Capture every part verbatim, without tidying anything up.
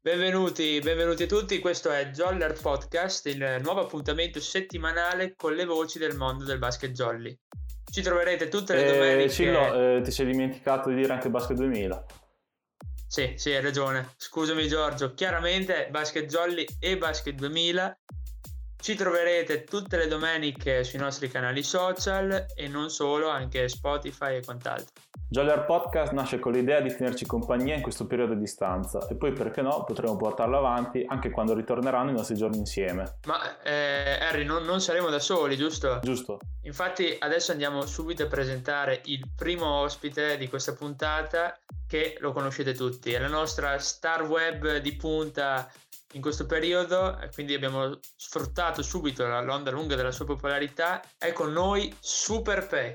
Benvenuti, benvenuti a tutti, questo è Joller Podcast, il nuovo appuntamento settimanale con le voci del mondo del basket jolly. Ci troverete tutte le Eh, domeniche... Cillo, eh, ti sei dimenticato di dire anche Basket duemila. Sì, sì, hai ragione. Scusami Giorgio, chiaramente Basket Jolly e Basket duemila. Ci troverete tutte le domeniche sui nostri canali social e non solo, anche Spotify e quant'altro. Joller Podcast nasce con l'idea di tenerci compagnia in questo periodo di stanza e poi, perché no, potremo portarlo avanti anche quando ritorneranno i nostri giorni insieme. Ma eh, Harry, non, non saremo da soli, giusto? Giusto. Infatti adesso andiamo subito a presentare il primo ospite di questa puntata, che lo conoscete tutti, è la nostra star web di punta in questo periodo, quindi abbiamo sfruttato subito l'onda lunga della sua popolarità. È con noi SuperPay.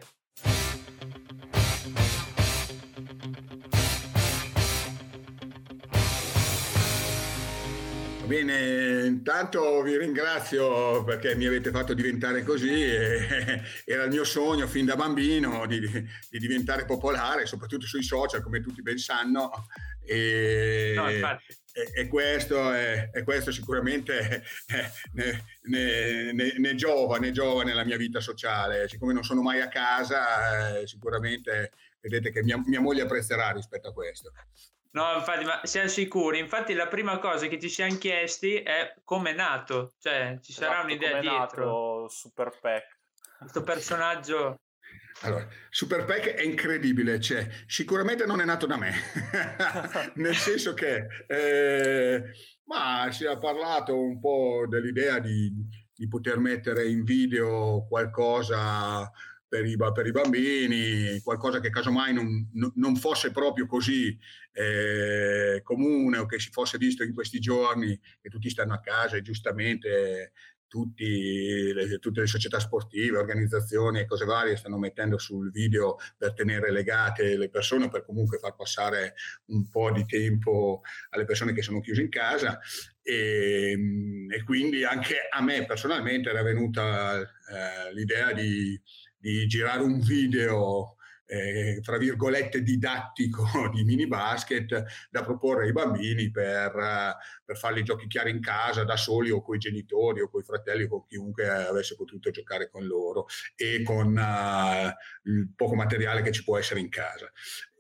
Bene, intanto vi ringrazio perché mi avete fatto diventare così. E, era il mio sogno fin da bambino di, di diventare popolare, soprattutto sui social, come tutti ben sanno. E, no, e, e questo, è, e questo sicuramente è, ne, ne, ne, ne giova, ne giova nella mia vita sociale. Siccome non sono mai a casa, eh, sicuramente vedete che mia, mia moglie apprezzerà rispetto a questo. No, infatti, ma siamo sicuri. Infatti la prima cosa che ci siamo chiesti è come è nato, cioè ci sarà esatto, un'idea come dietro. Nato SuperPack. Questo personaggio... Allora, SuperPack è incredibile, cioè, sicuramente non è nato da me, nel senso che eh, ma si è parlato un po' dell'idea di, di poter mettere in video qualcosa per i, per i bambini, qualcosa che casomai non, non fosse proprio così eh, comune o che si fosse visto in questi giorni, che tutti stanno a casa e giustamente tutti, le, tutte le società sportive, organizzazioni e cose varie stanno mettendo sul video per tenere legate le persone, per comunque far passare un po' di tempo alle persone che sono chiuse in casa. E, e quindi anche a me personalmente era venuta eh, l'idea di di girare un video eh, tra virgolette didattico di mini basket da proporre ai bambini per, per farli giochicchiare in casa da soli o con i genitori o con i fratelli o con chiunque avesse potuto giocare con loro e con uh, il poco materiale che ci può essere in casa.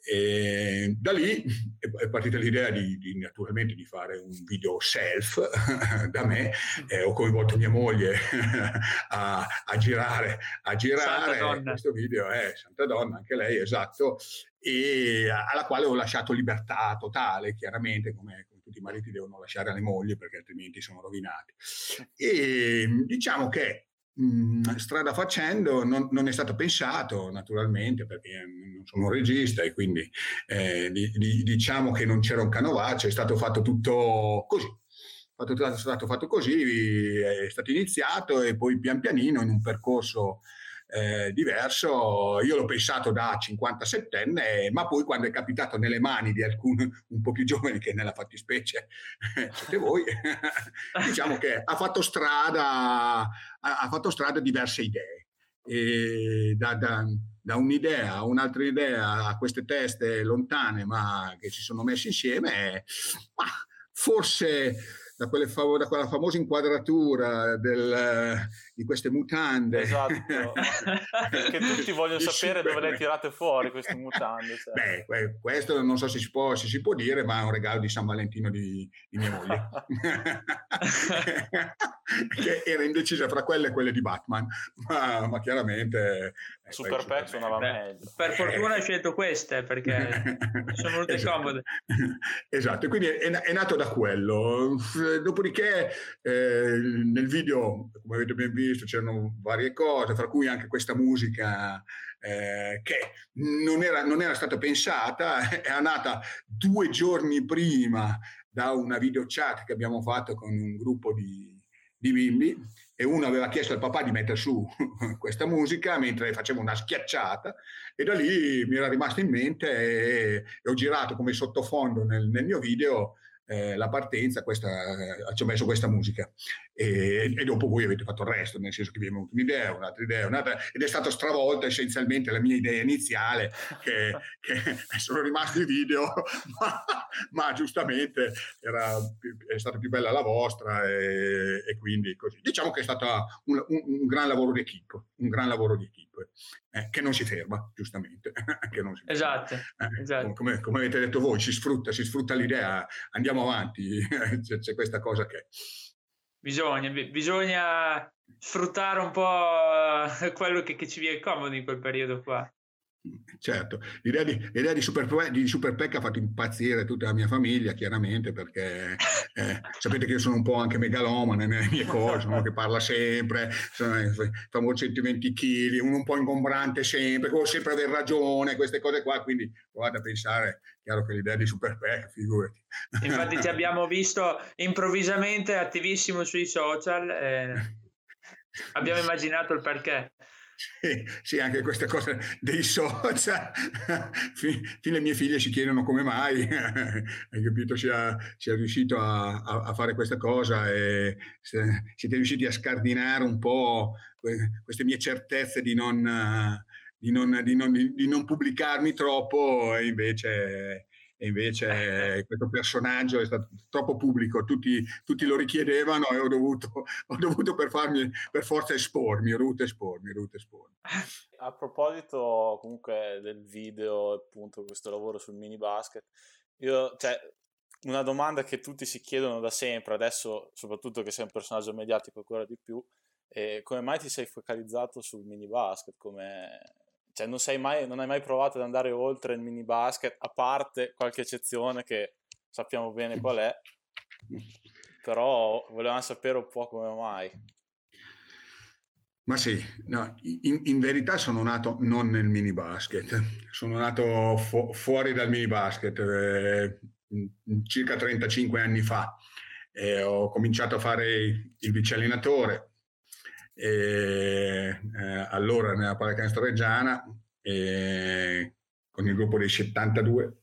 E da lì è partita l'idea di, di naturalmente di fare un video self da me. Eh, ho coinvolto mia moglie a, a girare a girare questo video, è eh, Santa Donna, anche lei, esatto, e alla quale ho lasciato libertà totale, chiaramente, come, come tutti i mariti devono lasciare alle mogli perché altrimenti sono rovinati. E diciamo che strada facendo non, non è stato pensato, naturalmente, perché non sono un regista e quindi eh, di, di, diciamo che non c'era un canovaccio, è stato fatto tutto così, fatto, è stato fatto così, è stato iniziato e poi pian pianino in un percorso eh, diverso. Io l'ho pensato da cinquantasettenne, ma poi quando è capitato nelle mani di alcuni un po' più giovani, che nella fattispecie siete voi, diciamo che ha fatto strada ha fatto strada diverse idee, e da, da, da un'idea a un'altra idea, a queste teste lontane ma che si sono messe insieme, ma forse da, quelle famo- da quella famosa inquadratura del, di queste mutande. Esatto, che tutti vogliono sapere dove le hai tirate fuori queste mutande. Cioè. Beh, questo non so se si può, se si può dire, ma è un regalo di San Valentino di, di mia moglie. Che era indecisa fra quelle e quelle di Batman, ma, ma chiaramente eh, SuperPack suonava meglio. Per fortuna hai scelto queste perché sono venute esatto. comode. Esatto, e quindi è, è nato da quello. Dopodiché eh, nel video, come avete ben visto, c'erano varie cose, fra cui anche questa musica eh, che non era, non era stata pensata, è nata due giorni prima da una video chat che abbiamo fatto con un gruppo di di bimbi, e uno aveva chiesto al papà di mettere su questa musica mentre faceva una schiacciata, e da lì mi era rimasto in mente e, e ho girato come sottofondo nel, nel mio video eh, la partenza, questa, eh, ci ho messo questa musica e, e dopo voi avete fatto il resto, nel senso che vi è venuta un'idea, un'altra idea, un'altra, ed è stata stravolta essenzialmente la mia idea iniziale, che, che sono rimasti i video, ma, ma giustamente era, è stata più bella la vostra, e, e quindi così. Diciamo che è stato un, un, un gran lavoro di equipe, un gran lavoro di equipe, eh, che non si ferma, giustamente. che non si ferma. Esatto, eh, esatto. Come, come avete detto voi, si sfrutta, si sfrutta l'idea, andiamo avanti, c'è, c'è questa cosa che... Bisogna, bisogna sfruttare un po' quello che, che ci viene comodo in quel periodo qua. Certo, l'idea di, l'idea di Super, di Super P E C ha fatto impazzire tutta la mia famiglia, chiaramente, perché eh, sapete che io sono un po' anche megalomane nelle mie cose, uno che parla sempre, sono i famosi centoventi chili, uno un po' ingombrante sempre, vuole sempre aver ragione, queste cose qua, quindi provate a pensare, chiaro che l'idea di Super P E C, figurati. Infatti ti abbiamo visto improvvisamente attivissimo sui social, eh, abbiamo immaginato il perché. Sì, sì, anche questa cosa dei social, fin, fin le mie figlie si chiedono come mai, hai capito, sia, sia riuscito a, a, a fare questa cosa, e se, siete riusciti a scardinare un po' queste mie certezze di non, di non, di non, di non pubblicarmi troppo, e invece... E invece questo personaggio è stato troppo pubblico, tutti, tutti lo richiedevano, e ho dovuto, ho dovuto per, farmi, per forza espormi, ho dovuto espormi, ho dovuto espormi. A proposito comunque del video, appunto, questo lavoro sul mini basket, io, cioè, una domanda che tutti si chiedono da sempre, adesso soprattutto che sei un personaggio mediatico ancora di più, è come mai ti sei focalizzato sul mini basket? Come... Cioè, non, sei mai, non hai mai provato ad andare oltre il mini basket, a parte qualche eccezione che sappiamo bene qual è, però volevamo sapere un po' come mai. Ma sì, no, in, in verità sono nato non nel mini basket, sono nato fu- fuori dal mini basket eh, circa trentacinque anni fa. Eh, ho cominciato a fare il vice allenatore. E, eh, allora nella pallacanestro Reggiana, eh, con il gruppo dei settantadue,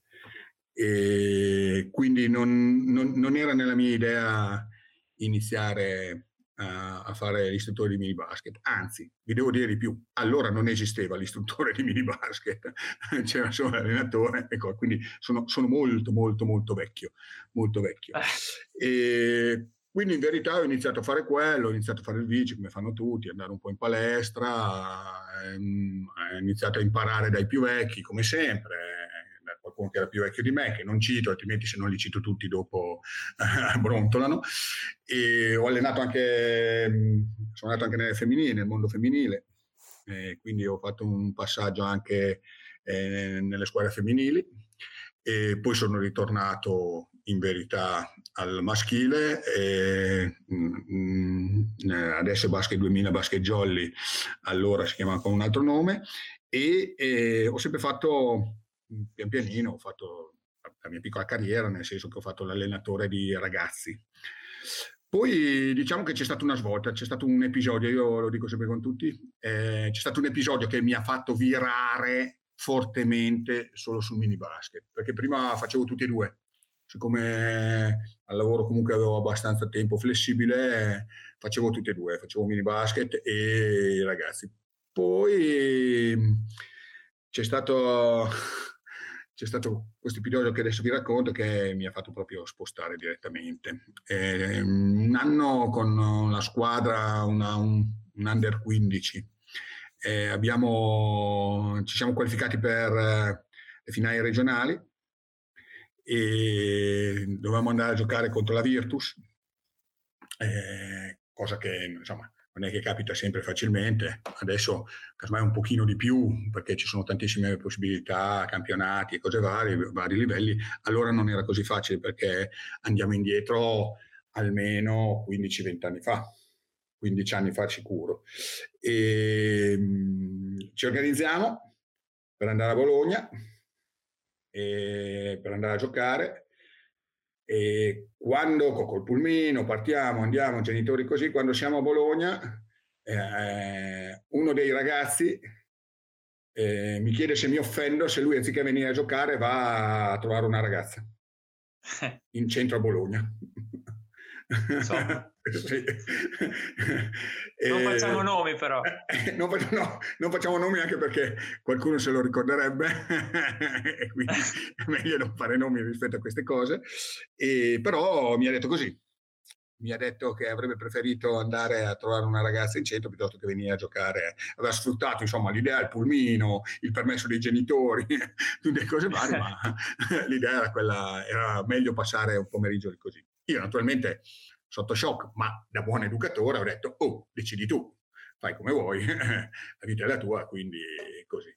e quindi non, non, non era nella mia idea iniziare a, a fare l'istruttore di mini basket, anzi vi devo dire di più, allora non esisteva l'istruttore di mini basket, c'era solo l'allenatore, ecco, quindi sono, sono molto molto molto vecchio, molto vecchio. E quindi in verità ho iniziato a fare quello, ho iniziato a fare il vice come fanno tutti, andare un po' in palestra, ehm, ho iniziato a imparare dai più vecchi come sempre, da qualcuno che era più vecchio di me, che non cito, altrimenti se non li cito tutti dopo eh, brontolano. E ho allenato anche, sono andato anche nelle femminili, nel mondo femminile, eh, quindi ho fatto un passaggio anche eh, nelle squadre femminili, e poi sono ritornato in verità al maschile, e, mh, adesso Basket duemila Basket Jolly, allora si chiamava con un altro nome, e, e ho sempre fatto pian pianino, ho fatto la mia piccola carriera, nel senso che ho fatto l'allenatore di ragazzi. Poi diciamo che c'è stata una svolta, c'è stato un episodio, io lo dico sempre con tutti, eh, c'è stato un episodio che mi ha fatto virare fortemente solo sul mini basket, perché prima facevo tutti e due, siccome al lavoro comunque avevo abbastanza tempo flessibile, eh, facevo tutti e due, facevo mini basket e i ragazzi. Poi c'è stato c'è stato questo episodio che adesso vi racconto, che mi ha fatto proprio spostare direttamente. Eh, un anno con la squadra, una, un, un under quindici, eh, abbiamo, ci siamo qualificati per eh, le finali regionali e dovevamo andare a giocare contro la Virtus, eh, cosa che insomma non è che capita sempre facilmente, adesso casomai un pochino di più, perché ci sono tantissime possibilità, campionati e cose varie, vari livelli. Allora non era così facile, perché andiamo indietro almeno quindici venti anni fa, quindici anni fa sicuro. E, mh, ci organizziamo per andare a Bologna, e per andare a giocare. E quando col pulmino partiamo, andiamo, genitori così, quando siamo a Bologna, eh, uno dei ragazzi eh, mi chiede se mi offendo se lui, anziché venire a giocare, va a trovare una ragazza in centro a Bologna. So, Sì. Non E... facciamo nomi però. Non, facciamo, no, non facciamo nomi anche perché qualcuno se lo ricorderebbe e quindi è meglio non fare nomi rispetto a queste cose. E, però mi ha detto così. Mi ha detto che avrebbe preferito andare a trovare una ragazza in centro piuttosto che venire a giocare. Aveva sfruttato insomma l'idea, il pulmino, il permesso dei genitori, tutte cose varie, ma l'idea era quella, era meglio passare un pomeriggio così. Io naturalmente sotto shock, ma da buon educatore ho detto, oh, decidi tu, fai come vuoi, la vita è la tua, quindi così.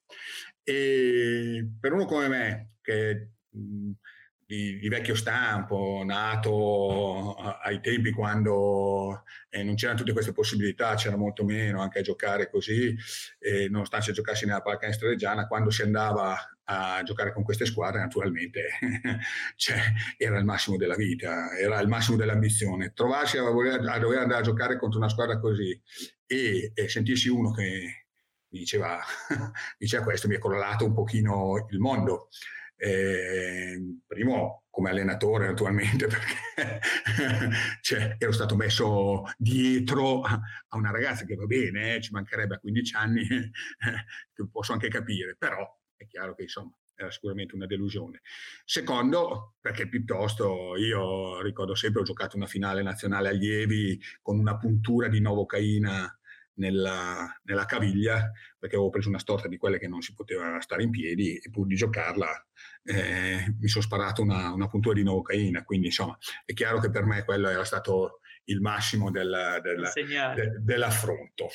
E per uno come me, che... Mh, Di, di vecchio stampo, nato ai tempi quando eh, non c'erano tutte queste possibilità, c'era molto meno anche a giocare così, eh, nonostante si giocassi nella pallacanestro reggiana, quando si andava a giocare con queste squadre naturalmente cioè, era il massimo della vita, era il massimo dell'ambizione. Trovarsi a, voler, a dover andare a giocare contro una squadra così e, e sentirsi uno che mi diceva, diceva questo, mi è crollato un pochino il mondo. Eh, primo come allenatore naturalmente perché cioè, ero stato messo dietro a, a una ragazza che va bene, eh, ci mancherebbe a quindici anni eh, che posso anche capire, però è chiaro che insomma era sicuramente una delusione. Secondo, perché piuttosto io ricordo sempre ho giocato una finale nazionale allievi con una puntura di novocaina Nella, nella caviglia perché avevo preso una storta di quelle che non si poteva stare in piedi e pur di giocarla eh, mi sono sparato una, una puntura di novocaina, quindi insomma è chiaro che per me quello era stato il massimo del, del, de, dell'affronto.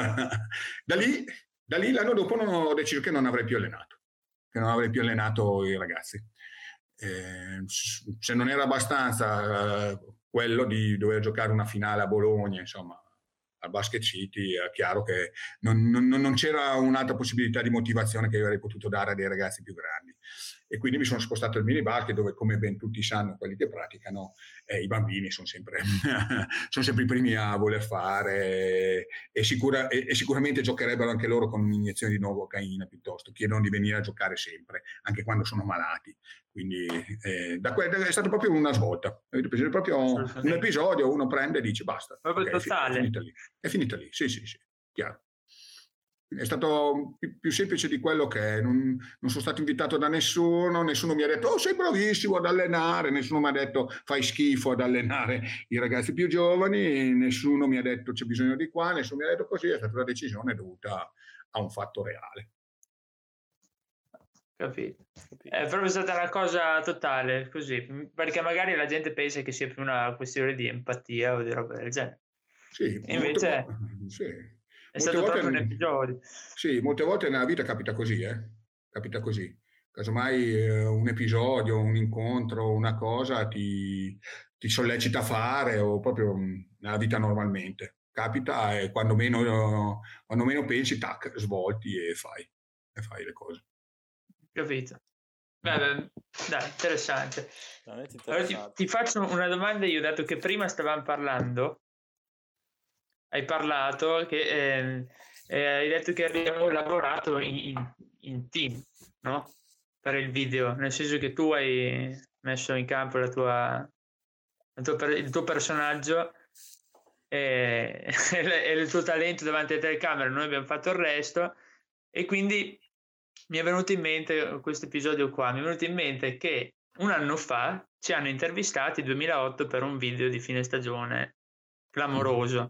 da, lì, da lì l'anno dopo non ho deciso che non avrei più allenato che non avrei più allenato i ragazzi, eh, se non era abbastanza eh, quello di dover giocare una finale a Bologna insomma al Basket City, è chiaro che non, non, non c'era un'altra possibilità di motivazione che io avrei potuto dare a dei ragazzi più grandi. E quindi mi sono spostato al mini basket dove, come ben tutti sanno, quelli che praticano, eh, i bambini sono sempre, sono sempre i primi a voler fare e, sicura, e, e sicuramente giocherebbero anche loro con un'iniezione di novocaina piuttosto, chiedono di venire a giocare sempre, anche quando sono malati. Quindi eh, da que- è stato proprio una svolta, è proprio un episodio, uno prende e dice basta, proprio okay, totale. È finita lì, è finita lì, sì sì sì, chiaro. È stato più, più semplice di quello che è. Non, non sono stato invitato da nessuno, nessuno mi ha detto oh sei bravissimo ad allenare, nessuno mi ha detto fai schifo ad allenare i ragazzi più giovani, nessuno mi ha detto c'è bisogno di qua, nessuno mi ha detto così, è stata una decisione dovuta a un fatto reale. Capito. È proprio stata una cosa totale così, perché magari la gente pensa che sia più una questione di empatia o di roba del genere. Sì, invece molto, sì. è stato volte, proprio un episodio. Sì, molte volte nella vita capita così, eh? Capita così. Casomai eh, un episodio, un incontro, una cosa ti, ti sollecita a fare o proprio nella vita normalmente. Capita e quando meno, quando meno pensi, tac, svolti e fai, e fai le cose. Capito. Beh, dai, interessante. interessante. Allora, ti, ti faccio una domanda io, dato che prima stavamo parlando, hai parlato che eh, eh, hai detto che abbiamo lavorato in, in, in team, no? Per il video, nel senso che tu hai messo in campo la tua, la tua il tuo personaggio e, e il tuo talento davanti alle telecamere, noi abbiamo fatto il resto e quindi mi è venuto in mente questo episodio qua, mi è venuto in mente che un anno fa ci hanno intervistati duemilaotto per un video di fine stagione clamoroso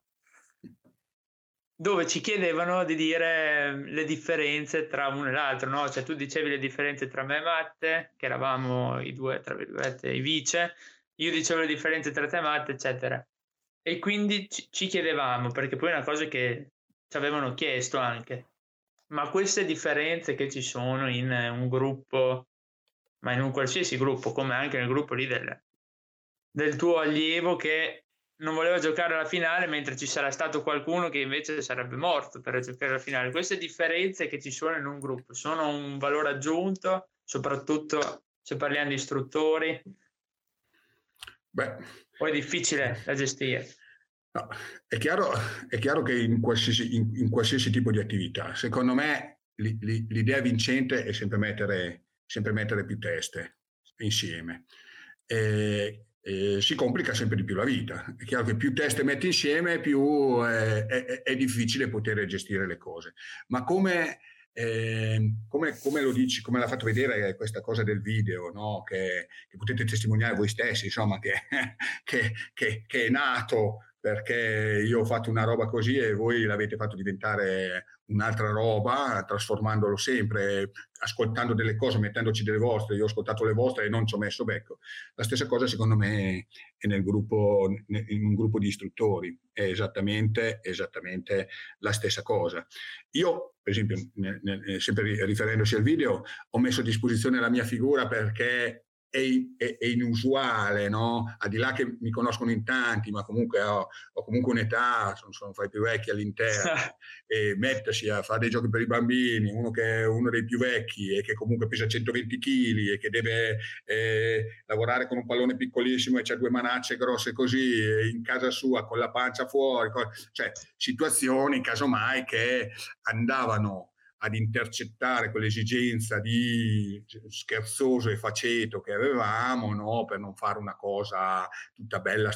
dove ci chiedevano di dire le differenze tra uno e l'altro, no? Cioè tu dicevi le differenze tra me e Matte, che eravamo i due, tra virgolette, i vice, io dicevo le differenze tra te e Matte, eccetera. E quindi ci, ci chiedevamo, perché poi è una cosa che ci avevano chiesto anche, ma queste differenze che ci sono in un gruppo, ma in un qualsiasi gruppo, come anche nel gruppo lì del, del tuo allievo che non voleva giocare alla finale, mentre ci sarà stato qualcuno che invece sarebbe morto per giocare alla finale. Queste differenze che ci sono in un gruppo sono un valore aggiunto, soprattutto se parliamo di istruttori? Beh, o è difficile da gestire? No, è chiaro, è chiaro che in qualsiasi, in, in qualsiasi tipo di attività, secondo me li, li, l'idea vincente è sempre mettere, sempre mettere più teste insieme. E, eh, si complica sempre di più la vita. È chiaro che più teste metti insieme, più è, è, è difficile poter gestire le cose. Ma come, eh, come, come lo dici, come l'ha fatto vedere questa cosa del video, no? che, che potete testimoniare voi stessi, insomma, che, che, che, che è nato perché io ho fatto una roba così e voi l'avete fatto diventare un'altra roba, trasformandolo sempre, ascoltando delle cose, mettendoci delle vostre. Io ho ascoltato le vostre e non ci ho messo becco. La stessa cosa secondo me è nel gruppo, in un gruppo di istruttori, è esattamente, esattamente la stessa cosa. Io, per esempio, nel, nel, sempre riferendosi al video, ho messo a disposizione la mia figura perché È, è, è inusuale, no? Al di là che mi conoscono in tanti, ma comunque ho, ho comunque un'età, sono, sono fra i più vecchi all'interno, e mettersi a fare dei giochi per i bambini, uno che è uno dei più vecchi e che comunque pesa centoventi chili e che deve eh, lavorare con un pallone piccolissimo e c'ha due manacce grosse così, in casa sua con la pancia fuori, cioè situazioni casomai che andavano ad intercettare quell'esigenza di scherzoso e faceto che avevamo, no? Per non fare una cosa tutta bella,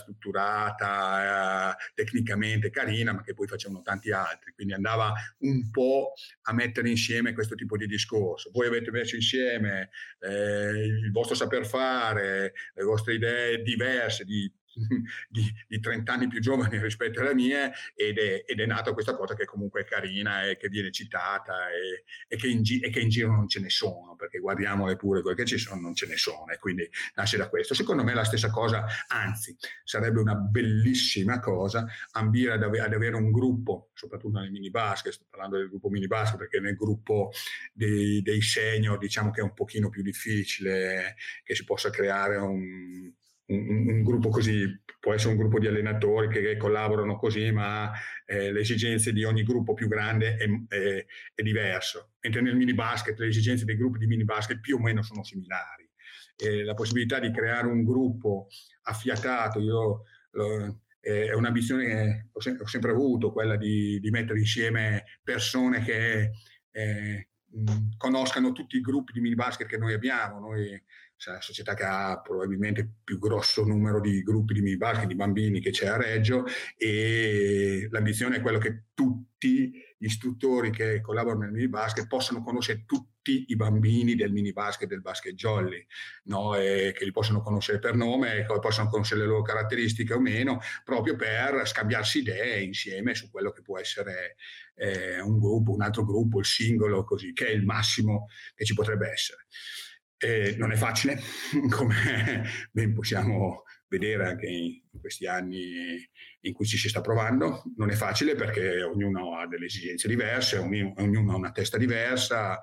strutturata, eh, tecnicamente carina, ma che poi facevano tanti altri. Quindi andava un po' a mettere insieme questo tipo di discorso. Voi avete messo insieme eh, il vostro saper fare, le vostre idee diverse di Di, di trenta anni più giovani rispetto alle mie, ed è, ed è nata questa cosa che comunque è carina e che viene citata e, e, che in gi- e che in giro non ce ne sono, perché guardiamole pure, quelle che ci sono non ce ne sono, e quindi nasce da questo. Secondo me è la stessa cosa, anzi sarebbe una bellissima cosa ambire ad, ave- ad avere un gruppo, soprattutto nel mini basket. Sto parlando del gruppo mini basket perché nel gruppo dei, dei senior diciamo che è un pochino più difficile che si possa creare un Un, un gruppo così, può essere un gruppo di allenatori che, che collaborano così, ma eh, le esigenze di ogni gruppo più grande è, è, è diverso. Mentre nel mini basket le esigenze dei gruppi di mini basket più o meno sono similari. E la possibilità di creare un gruppo affiatato, io lo, è un'ambizione che ho, se- ho sempre avuto, quella di, di mettere insieme persone che eh, mh, conoscano tutti i gruppi di mini basket che noi abbiamo. Noi la società che ha probabilmente il più grosso numero di gruppi di mini basket, di bambini che c'è a Reggio, e l'ambizione è quello che tutti gli istruttori che collaborano nel mini basket possano conoscere tutti i bambini del mini basket, del basket jolly, no? E che li possono conoscere per nome, e che possono conoscere le loro caratteristiche o meno, proprio per scambiarsi idee insieme su quello che può essere eh, un gruppo, un altro gruppo, il singolo, così, che è il massimo che ci potrebbe essere. Eh, non è facile, come ben possiamo vedere anche in questi anni in cui ci si sta provando. Non è facile perché ognuno ha delle esigenze diverse, ognuno, ognuno ha una testa diversa.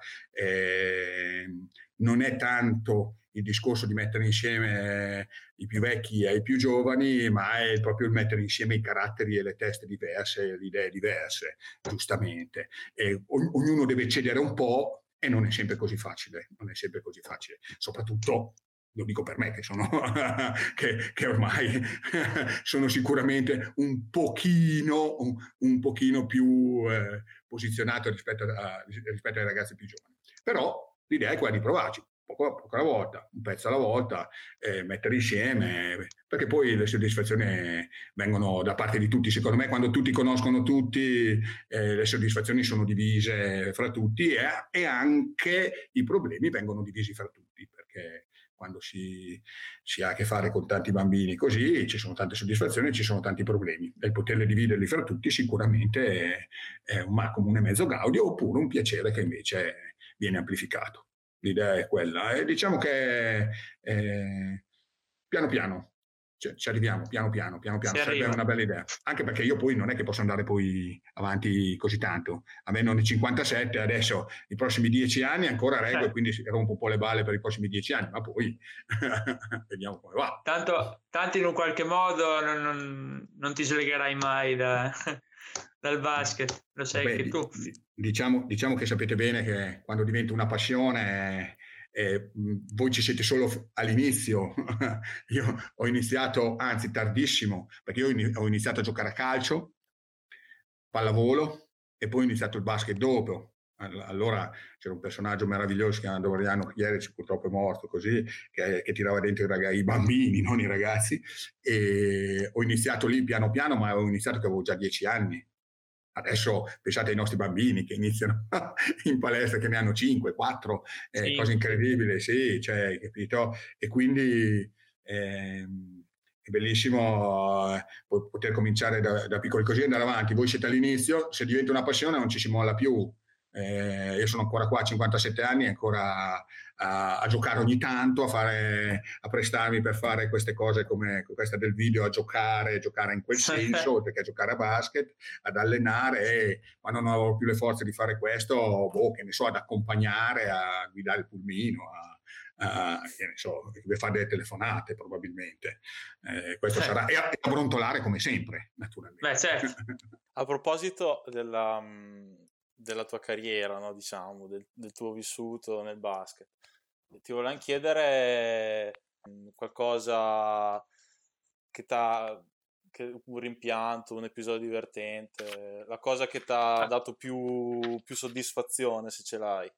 Eh, non è tanto il discorso di mettere insieme i più vecchi ai più giovani, ma è proprio il mettere insieme i caratteri e le teste diverse, le idee diverse, giustamente. E ognuno deve cedere un po'. E non è sempre così facile, non è sempre così facile, soprattutto lo dico per me che sono che, che ormai sono sicuramente un pochino un, un pochino più eh, posizionato rispetto, a, rispetto ai ragazzi più giovani. Però l'idea è quella di provarci, poco, poco alla volta, un pezzo alla volta, eh, mettere insieme, perché poi le soddisfazioni vengono da parte di tutti. Secondo me quando tutti conoscono tutti, eh, le soddisfazioni sono divise fra tutti, e, e anche i problemi vengono divisi fra tutti, perché quando si, si ha a che fare con tanti bambini così ci sono tante soddisfazioni e ci sono tanti problemi, e poterle dividerli fra tutti sicuramente è, è un comune mezzo gaudio, oppure un piacere che invece viene amplificato. L'idea è quella, e diciamo che eh, piano piano cioè, ci arriviamo, piano piano, piano piano, sarebbe una bella idea, anche perché io poi non è che posso andare poi avanti così tanto, avendo cinquantasette adesso, i prossimi dieci anni ancora reggo, eh. E quindi rompo un po' le balle per i prossimi dieci anni, ma poi vediamo come va. Tanto, tanto in un qualche modo non, non, non ti slegherai mai da... dal basket, lo sai. Beh, che tu diciamo, diciamo che sapete bene che quando diventa una passione eh, voi ci siete solo all'inizio. Io ho iniziato, anzi tardissimo, perché io ho iniziato a giocare a calcio, pallavolo, e poi ho iniziato il basket dopo. allora c'era un personaggio meraviglioso che si chiama Doriano Chierici, purtroppo è morto così, che, che tirava dentro i, ragazzi, i bambini, non i ragazzi, e ho iniziato lì piano piano, ma ho iniziato che avevo già dieci anni. Adesso pensate ai nostri bambini che iniziano in palestra, che ne hanno cinque, quattro, eh, sì. Cose incredibili, sì, cioè, capito? E quindi eh, è bellissimo eh, poter cominciare da, da piccoli così e andare avanti. Voi siete all'inizio, se diventa una passione non ci si molla più. Eh, io sono ancora qua a cinquantasette anni, ancora a, a giocare ogni tanto, a, fare, a prestarmi per fare queste cose come questa del video, a giocare, giocare in quel senso, oltre che a giocare a basket, ad allenare, e, ma non ho più le forze di fare questo, boh, che ne so, ad accompagnare, a guidare il pulmino, a, a che ne so, fare delle telefonate probabilmente. Eh, questo certo. sarà, e a, e a brontolare come sempre, naturalmente. Beh, certo. A proposito della... della tua carriera, no, diciamo, del, del tuo vissuto nel basket, ti volevo chiedere qualcosa che t'ha, che, un rimpianto, un episodio divertente, la cosa che ti ha dato più, più soddisfazione, se ce l'hai.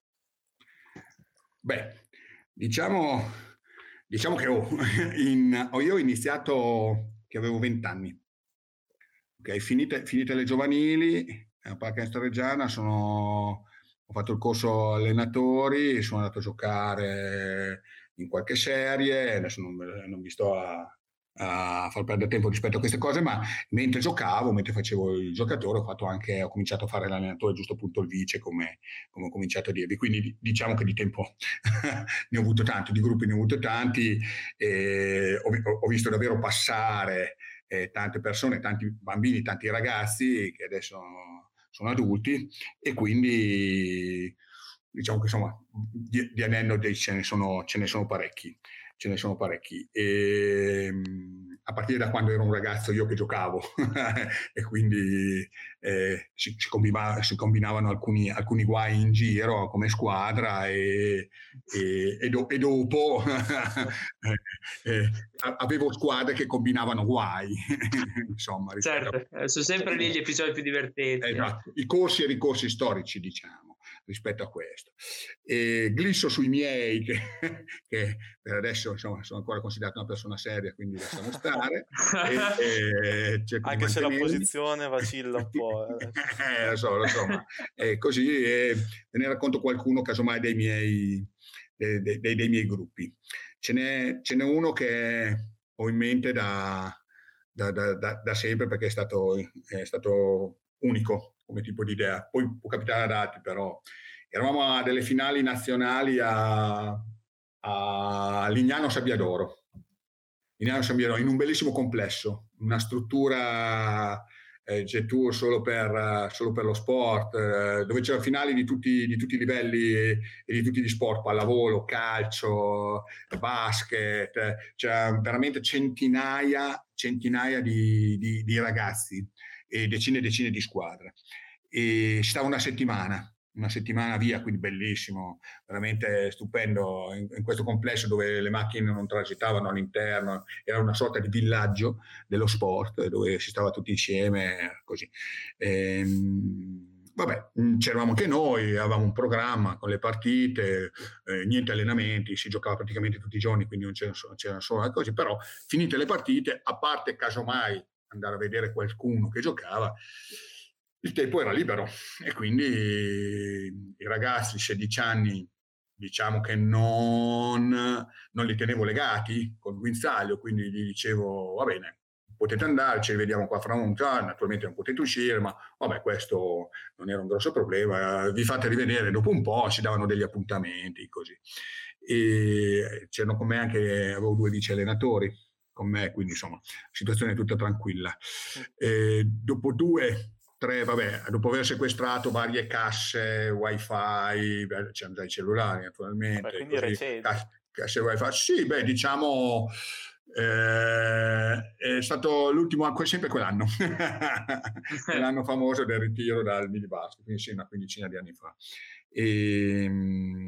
Beh, diciamo, diciamo che ho, in, io ho iniziato che avevo venti anni, ok, finite, finite le giovanili, a Pallacanestro Reggiana sono, ho fatto il corso allenatori, sono andato a giocare in qualche serie, adesso non, non vi sto a, a far perdere tempo rispetto a queste cose, ma mentre giocavo, mentre facevo il giocatore, ho fatto anche, ho cominciato a fare l'allenatore, giusto appunto il vice, come, come ho cominciato a dirvi. Quindi diciamo che di tempo ne ho avuto tanto, di gruppi ne ho avuto tanti, e ho, ho visto davvero passare eh, tante persone, tanti bambini, tanti ragazzi che adesso sono adulti, e quindi diciamo che insomma di, di anedoti ce ne sono, ce ne sono parecchi, ce ne sono parecchi. E, a partire da quando ero un ragazzo io che giocavo e quindi eh, si, si, combinava, si combinavano alcuni, alcuni guai in giro come squadra, e, e, e, do, e dopo eh, eh, avevo squadre che combinavano guai. Insomma, certo, a... sono sempre lì gli episodi più divertenti. Esatto, i corsi e ricorsi storici, diciamo, rispetto a questo. E glisso sui miei, che, che per adesso insomma, sono ancora considerato una persona seria, quindi lasciamo stare. e, e Anche se la posizione vacilla un po'. Eh. eh, lo so, lo so, ma è così, e ve ne racconto qualcuno casomai dei miei, dei, dei, dei miei gruppi. Ce n'è, ce n'è uno che ho in mente da, da, da, da, da sempre, perché è stato, è stato unico come tipo di idea. Poi può capitare ad altri, però eravamo a delle finali nazionali a, a Lignano Sabbiadoro. Lignano Sabbiadoro, in un bellissimo complesso, una struttura eh, G-Tour solo per, solo per lo sport, eh, dove c'erano finali di tutti, di tutti i livelli e, e di tutti gli sport, pallavolo, calcio, basket, c'era veramente centinaia, centinaia di, di, di ragazzi e decine e decine di squadre. E stava una settimana, una settimana via, quindi bellissimo, veramente stupendo, in, in questo complesso dove le macchine non transitavano all'interno, era una sorta di villaggio dello sport dove si stava tutti insieme, così. Ehm, vabbè, c'eravamo anche noi, avevamo un programma con le partite, eh, niente allenamenti, si giocava praticamente tutti i giorni, quindi non c'erano, c'erano solo le cose, però finite le partite, a parte casomai andare a vedere qualcuno che giocava, il tempo era libero, e quindi i ragazzi sedici anni, diciamo che non, non li tenevo legati con il guinzaglio, quindi gli dicevo va bene, potete andare, ci rivediamo qua fra un giorno, naturalmente non potete uscire, ma vabbè, questo non era un grosso problema, vi fate rivedere dopo un po', ci davano degli appuntamenti, così. E c'erano con me anche, avevo due vice allenatori con me, quindi insomma, situazione tutta tranquilla. E dopo due Tre, vabbè, dopo aver sequestrato varie casse wifi, c'erano già i cellulari naturalmente. Beh, quindi recenti. Casse, casse wifi, sì, beh, diciamo, eh, è stato l'ultimo anno, sempre quell'anno, l'anno famoso del ritiro dal minibasket, quindi sì, una quindicina di anni fa. E,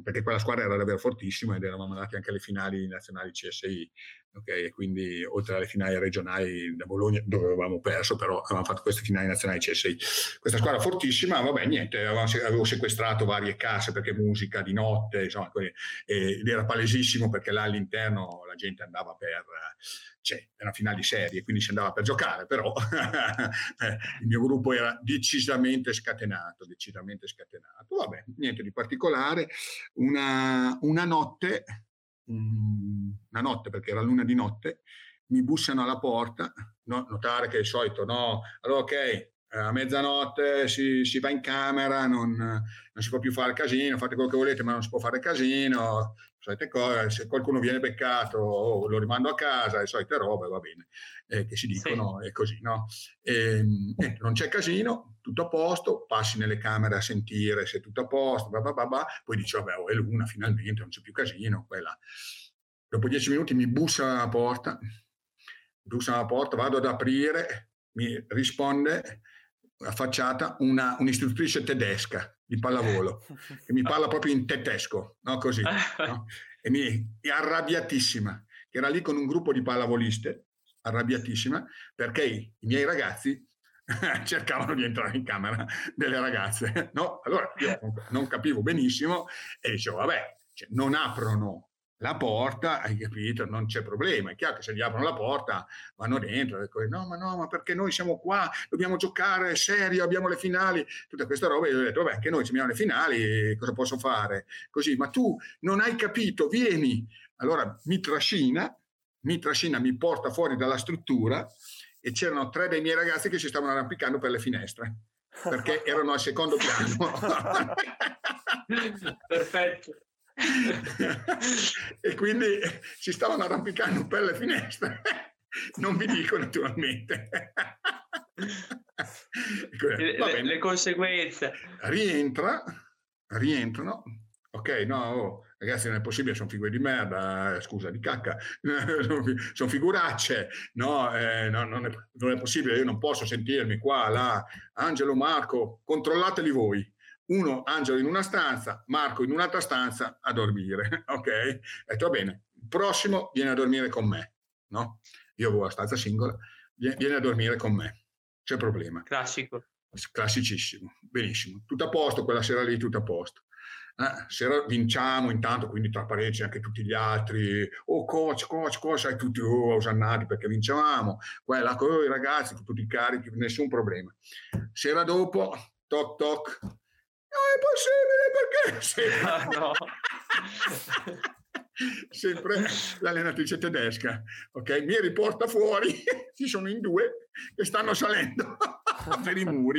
perché quella squadra era davvero fortissima ed eravamo andati anche alle finali nazionali C S I, ok? E quindi oltre alle finali regionali da Bologna, dove avevamo perso, però avevamo fatto queste finali nazionali C S I. Questa squadra fortissima, vabbè, niente, avevo sequestrato varie casse perché musica di notte, insomma, ed era palesissimo perché là all'interno la gente andava per... Cioè, era finali serie, quindi si andava per giocare, però il mio gruppo era decisamente scatenato, decisamente scatenato. Vabbè, niente di particolare. Una, una notte, una notte, perché era luna di notte, mi bussano alla porta, no, notare che è il solito, no, allora ok, a mezzanotte si, si va in camera, non, non si può più fare casino, fate quello che volete, ma non si può fare casino, solite cose, se qualcuno viene beccato oh, lo rimando a casa, le solite robe, va bene, eh, che si dicono sì. E così, no? E, eh, non c'è casino, tutto a posto, passi nelle camere a sentire se è tutto a posto, bah bah bah bah, poi dici, vabbè, oh, è l'una, finalmente, non c'è più casino, quella. Dopo dieci minuti mi bussano alla porta, mi bussano alla porta, vado ad aprire, mi risponde affacciata una, un'istruttrice tedesca di pallavolo che mi parla proprio in tedesco, no? Così, no? E mi è arrabbiatissima, che era lì con un gruppo di pallavoliste, arrabbiatissima perché i, i miei ragazzi cercavano di entrare in camera delle ragazze, no? Allora io non capivo benissimo e dicevo, vabbè, cioè, non aprono la porta, hai capito? Non c'è problema, è chiaro che se gli aprono la porta vanno dentro, e poi, no ma no, ma perché noi siamo qua, dobbiamo giocare serio, abbiamo le finali, tutte queste robe. Io ho detto, vabbè, anche noi abbiamo le finali, cosa posso fare? Così, ma tu non hai capito, vieni. Allora mi trascina, mi trascina, mi porta fuori dalla struttura e c'erano tre dei miei ragazzi che si stavano arrampicando per le finestre, perché erano al secondo piano. Perfetto. E quindi si stavano arrampicando per le finestre, non vi dico naturalmente. le, le conseguenze. Rientra, rientrano, ok, no, oh, ragazzi non è possibile, sono figure di merda, scusa, di cacca, sono figuracce, no, eh, no non, è, non è possibile, io non posso sentirmi qua, là, Angelo, Marco, controllateli voi. Uno, Angelo in una stanza, Marco in un'altra stanza a dormire, ok? E detto, va bene, il prossimo viene a dormire con me, no? Io avevo la stanza singola, viene a dormire con me, c'è problema. Classico. Classicissimo, benissimo, tutto a posto, quella sera lì tutto a posto. Eh, sera vinciamo intanto, quindi tra parentesi anche tutti gli altri, oh coach, coach, coach, sai, tutti oh, osannati perché vincevamo, qua e là, oh, i ragazzi, tutti carichi, nessun problema. Sera dopo, toc toc, non è possibile perché sempre, no. sempre l'allenatrice tedesca, ok, mi riporta fuori, ci sono in due che stanno salendo per i muri.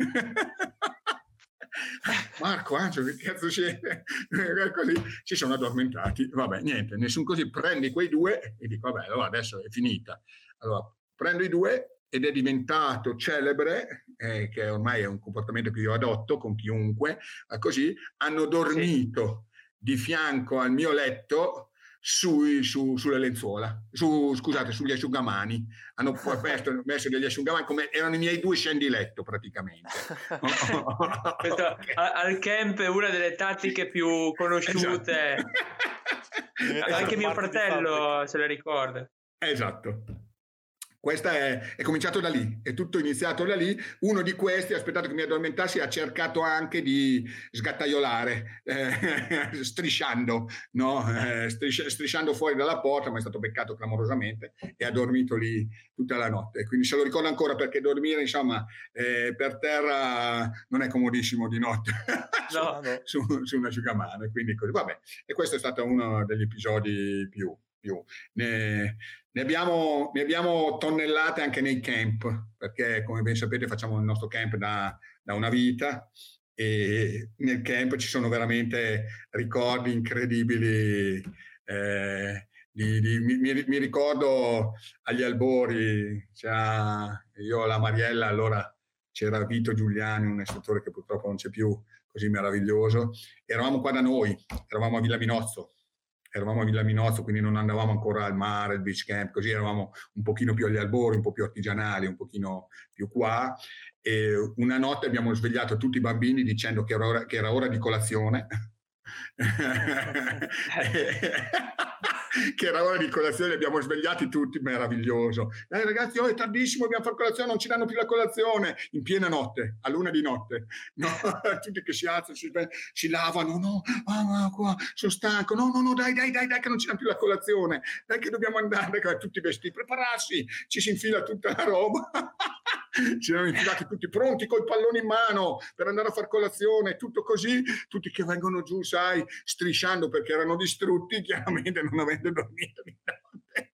Marco, Angelo, che cazzo siete? Così si sono addormentati, vabbè, niente, nessun così, prendi quei due e dico, vabbè, allora adesso è finita. Allora prendo i due ed è diventato celebre, eh, che ormai è un comportamento che io adotto con chiunque, eh, così hanno dormito sì. di fianco al mio letto sui, su, sulle lenzuola, su, scusate, sugli asciugamani, hanno messo, messo degli asciugamani come erano i miei due scendiletto praticamente. Questo, okay. Al camp è una delle tattiche più conosciute, esatto. Anche mio fratello se le ricorda. Esatto. Questa è, è cominciato da lì, è tutto iniziato da lì. Uno di questi ha aspettato che mi addormentassi e ha cercato anche di sgattaiolare, eh, strisciando, no? eh, strisci, strisciando fuori dalla porta, ma è stato beccato clamorosamente e ha dormito lì tutta la notte. Quindi se lo ricordo ancora perché dormire, insomma, eh, per terra non è comodissimo di notte, no, no. su, su un asciugamano. Quindi così, vabbè. E questo è stato uno degli episodi più. più. Ne, ne, abbiamo, ne abbiamo tonnellate anche nei camp, perché come ben sapete facciamo il nostro camp da, da una vita e nel camp ci sono veramente ricordi incredibili. Eh, di, di, mi, mi ricordo agli albori, cioè, io la Mariella, allora c'era Vito Giuliani, un istruttore che purtroppo non c'è più, così meraviglioso, eravamo qua da noi, eravamo a Villa Minozzo. Eravamo a Villa Minozzo, quindi non andavamo ancora al mare, al beach camp, così eravamo un pochino più agli albori, un po' più artigianali, un pochino più qua. E una notte abbiamo svegliato tutti i bambini dicendo che era ora, che era ora di colazione che era ora di colazione, abbiamo svegliati tutti, meraviglioso. Eh, ragazzi, oh, è tardissimo, dobbiamo fare colazione, non ci danno più la colazione, in piena notte, a luna di notte, no? Tutti che si alzano, si, si lavano, no, ah, qua, sono stanco, no, no, no, dai, dai, dai, dai, che non ci danno più la colazione, dai che dobbiamo andare, tutti vestiti, prepararsi, ci si infila tutta la roba. Ci erano infilati tutti pronti col pallone in mano per andare a far colazione, tutto così, tutti che vengono giù, sai, strisciando perché erano distrutti, chiaramente non avendo dormito di notte.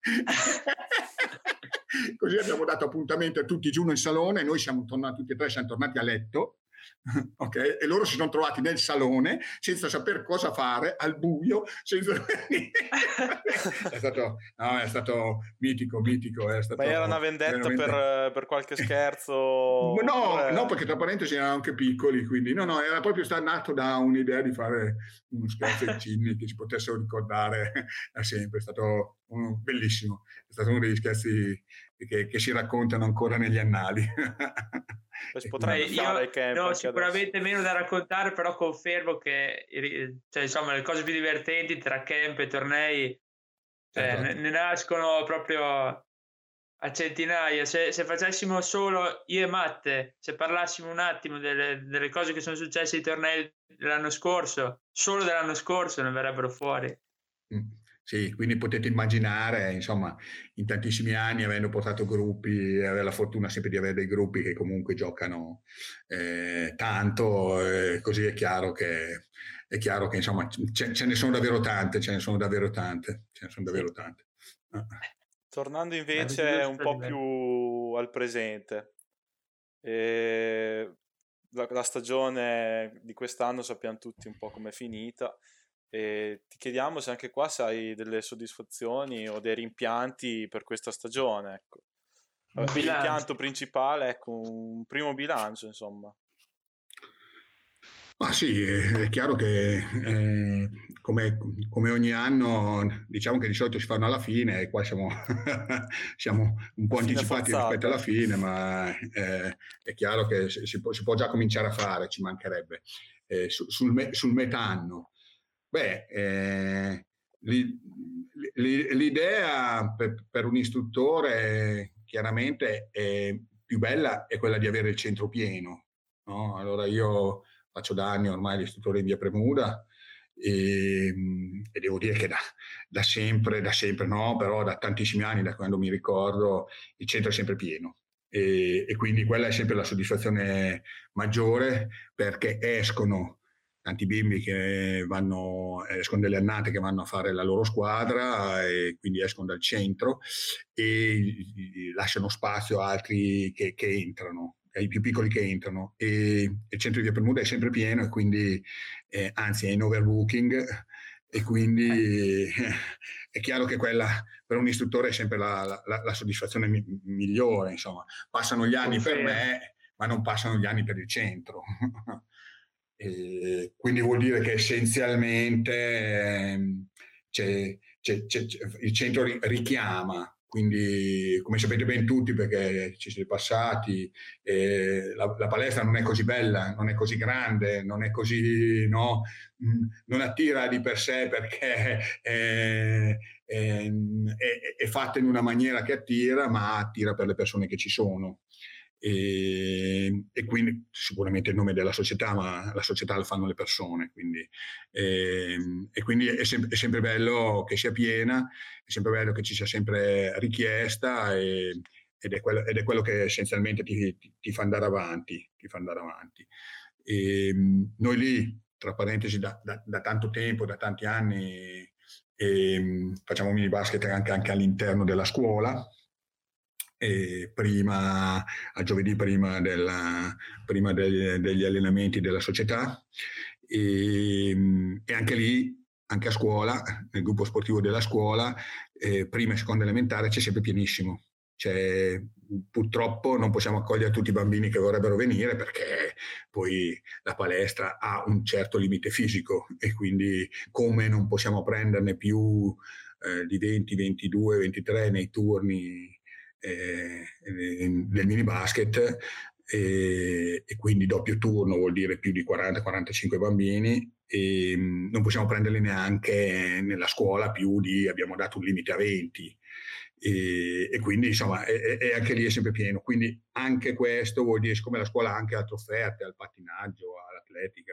Così abbiamo dato appuntamento a tutti giù nel salone, noi siamo tornati, tutti e tre siamo tornati a letto. Okay? E loro si sono trovati nel salone senza sapere cosa fare, al buio, senza... è, stato, no, è stato mitico, mitico. È stato Ma era una vendetta veramente... per, per qualche scherzo? No, oppure... no, perché tra parentesi erano anche piccoli, quindi no, no, era proprio stato nato da un'idea di fare uno scherzo ai cigni che si potessero ricordare da sempre. È stato un, bellissimo, è stato uno degli scherzi che, che si raccontano ancora negli annali. Beh, io no, sicuramente adesso. Meno da raccontare, però confermo che cioè, insomma, le cose più divertenti tra camp e tornei cioè, esatto. ne, ne nascono proprio a centinaia. Se, se facessimo solo io e Matte, se parlassimo un attimo delle, delle cose che sono successe ai tornei dell'anno scorso, solo dell'anno scorso ne verrebbero fuori. Mm. Sì, quindi potete immaginare, insomma, in tantissimi anni, avendo portato gruppi, avere la fortuna sempre di avere dei gruppi che comunque giocano eh, tanto, eh, così è chiaro che, è chiaro che insomma, ce, ce ne sono davvero tante, ce ne sono davvero tante, ce ne sono davvero tante. Tornando invece un po' più al presente, eh, la, la stagione di quest'anno sappiamo tutti un po' com'è finita. E ti chiediamo se anche qua sai delle soddisfazioni o dei rimpianti per questa stagione, ecco. Il rimpianto principale, ecco, un primo bilancio, insomma. Ma sì, è chiaro che eh, come, come ogni anno, diciamo che di solito si fanno alla fine e qua siamo, siamo un po' anticipati rispetto alla fine, ma eh, è chiaro che si può, si può già cominciare a fare, ci mancherebbe. Eh, su, sul, me, sul metà anno. Beh, eh, l'idea per, per un istruttore chiaramente è più bella è quella di avere il centro pieno, no? Allora io faccio da anni ormai l'istruttore in via Premuda e, e devo dire che da, da sempre, da sempre no, però da tantissimi anni, da quando mi ricordo, il centro è sempre pieno. E, e quindi quella è sempre la soddisfazione maggiore perché escono tanti bimbi che vanno, escono delle annate che vanno a fare la loro squadra e quindi escono dal centro e lasciano spazio a altri che, che entrano, ai più piccoli che entrano e il centro di via Premuda è sempre pieno e quindi eh, anzi è in overbooking e quindi eh, è chiaro che quella per un istruttore è sempre la, la, la soddisfazione mi, migliore, insomma. Passano gli anni per me ma non passano gli anni per il centro. E quindi vuol dire che essenzialmente eh, c'è, c'è, c'è, il centro richiama, quindi come sapete ben tutti perché ci siete passati, eh, la, la palestra non è così bella, non è così grande, non è così, no, non attira di per sé perché è, è, è, è fatta in una maniera che attira, ma attira per le persone che ci sono. E, e quindi sicuramente il nome della società, ma la società la fanno le persone, quindi, e, e quindi è sempre, è sempre bello che sia piena, è sempre bello che ci sia sempre richiesta e, ed, è quello, ed è quello che essenzialmente ti, ti, ti fa andare avanti, ti fa andare avanti. E, noi lì, tra parentesi, da, da, da tanto tempo, da tanti anni, e, facciamo mini basket anche, anche all'interno della scuola. E prima a giovedì prima, della, prima degli, degli allenamenti della società e, e anche lì anche a scuola nel gruppo sportivo della scuola eh, prima e seconda elementare c'è sempre pienissimo, cioè, purtroppo non possiamo accogliere tutti i bambini che vorrebbero venire perché poi la palestra ha un certo limite fisico e quindi come non possiamo prenderne più eh, di venti, ventidue, ventitré nei turni Eh, del mini basket e, e quindi doppio turno vuol dire più di quaranta quarantacinque bambini, e mh, non possiamo prenderli neanche nella scuola più di, abbiamo dato un limite a venti, e, e quindi insomma e, e anche lì è sempre pieno, quindi anche questo vuol dire, siccome la scuola ha anche altre offerte, al pattinaggio, all'atletica,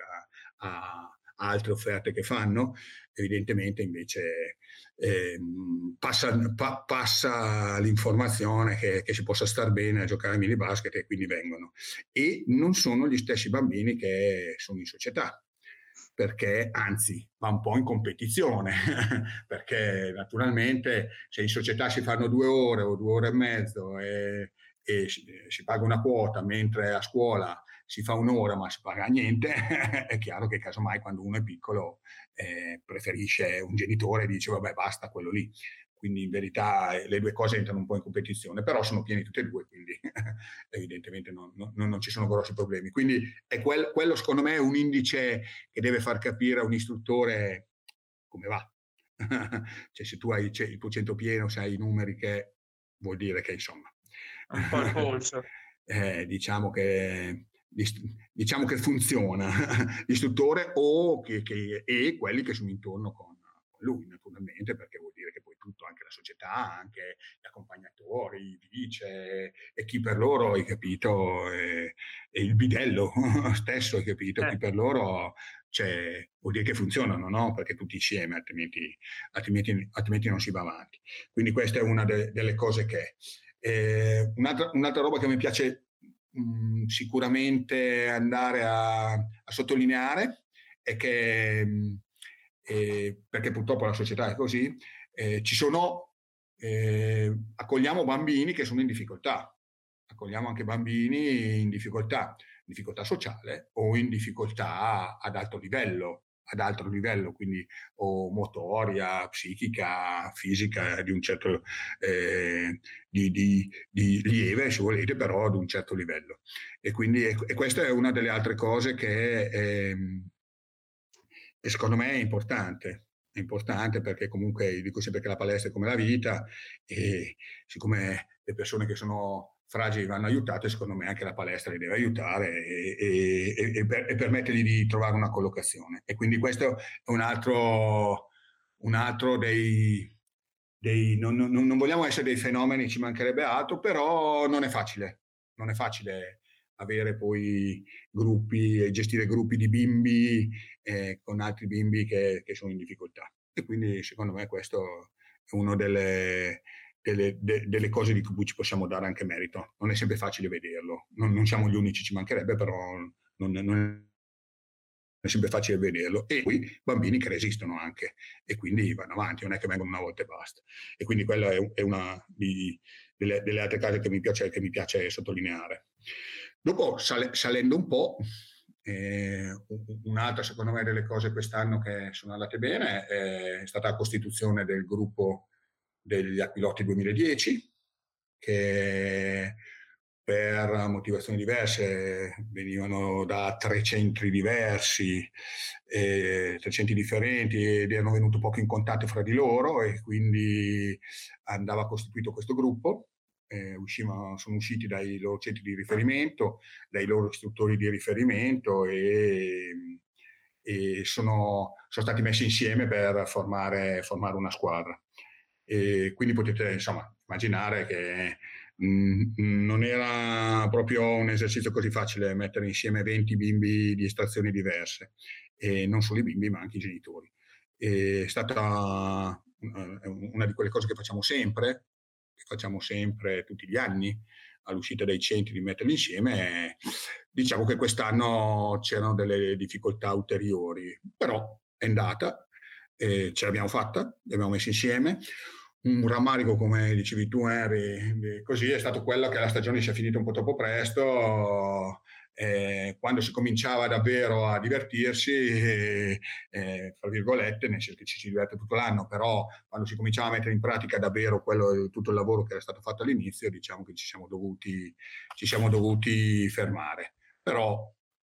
a altre offerte che fanno, evidentemente invece eh, passa, pa, passa l'informazione che, che si possa star bene a giocare a mini basket, e quindi vengono. E non sono gli stessi bambini che sono in società, perché anzi va un po' in competizione, perché naturalmente se in società si fanno due ore o due ore e mezzo e, e si, si paga una quota, mentre a scuola si fa un'ora ma si paga niente, è chiaro che casomai quando uno è piccolo eh, preferisce un genitore e dice vabbè basta quello lì. Quindi in verità le due cose entrano un po' in competizione, però sono pieni tutte e due, quindi evidentemente non, non, non ci sono grossi problemi. Quindi è quel, quello secondo me è un indice che deve far capire a un istruttore come va. Cioè se tu hai il tuo centro pieno, se hai i numeri, che vuol dire che insomma un po' il polso. eh, diciamo che diciamo che funziona l'istruttore o che, che, e quelli che sono intorno con, con lui, naturalmente, perché vuol dire che poi tutto, anche la società, anche gli accompagnatori, il vice e chi per loro, hai capito, e, e il bidello stesso, hai capito, eh. chi per loro, cioè, vuol dire che funzionano, no? Perché tutti insieme, altrimenti, altrimenti, altrimenti non si va avanti. Quindi questa è una de, delle cose che è. Eh, un'altra, un'altra roba che mi piace mh, sicuramente andare a, a sottolineare è che, mh, eh, perché purtroppo la società è così, eh, ci sono, eh, accogliamo bambini che sono in difficoltà, accogliamo anche bambini in difficoltà, difficoltà sociale o in difficoltà ad alto livello, ad alto livello, quindi o motoria, psichica, fisica di un certo eh, di, di, di lieve, se volete, però ad un certo livello. E quindi e, e questa è una delle altre cose che, è, che secondo me è importante. È importante perché comunque dico sempre che la palestra è come la vita, e siccome le persone che sono fragili vanno aiutate, secondo me anche la palestra li deve aiutare e, e, e, per, e permettergli di trovare una collocazione. E quindi questo è un altro, un altro dei, dei non, non, non vogliamo essere dei fenomeni, ci mancherebbe altro, però non è facile, non è facile avere poi gruppi e gestire gruppi di bimbi eh, con altri bimbi che, che sono in difficoltà. E quindi secondo me questo è una delle, delle, de, delle cose di cui ci possiamo dare anche merito. Non è sempre facile vederlo, non, non siamo gli unici, ci mancherebbe, però non, non è sempre facile vederlo. E poi bambini che resistono anche e quindi vanno avanti, non è che vengono una volta e basta. E quindi quella è, è una di, delle, delle altre cose che mi piace, che mi piace sottolineare. Dopo, sal, salendo un po', eh, un'altra secondo me delle cose quest'anno che sono andate bene è stata la costituzione del gruppo degli Aquilotti duemiladieci, che per motivazioni diverse venivano da tre centri diversi, eh, tre centri differenti, ed erano venuti poco in contatto fra di loro, e quindi andava costituito questo gruppo. Eh, uscivano, sono usciti dai loro centri di riferimento, dai loro istruttori di riferimento, e, e sono, sono stati messi insieme per formare, formare una squadra. E quindi potete insomma immaginare che mh, non era proprio un esercizio così facile mettere insieme venti bimbi di estrazioni diverse, e non solo i bimbi ma anche i genitori. È stata una di quelle cose che facciamo sempre, che facciamo sempre tutti gli anni all'uscita dai centri, di metterli insieme. Diciamo che quest'anno c'erano delle difficoltà ulteriori, però è andata, eh, ce l'abbiamo fatta, li abbiamo messi insieme. Un rammarico, come dicevi tu Henry, così è stato quello che la stagione si è finita un po' troppo presto. Eh, quando si cominciava davvero a divertirsi, eh, eh, fra virgolette, nel senso che ci si diverte tutto l'anno, però quando si cominciava a mettere in pratica davvero quello, tutto il lavoro che era stato fatto all'inizio, diciamo che ci siamo dovuti, ci siamo dovuti fermare. Però,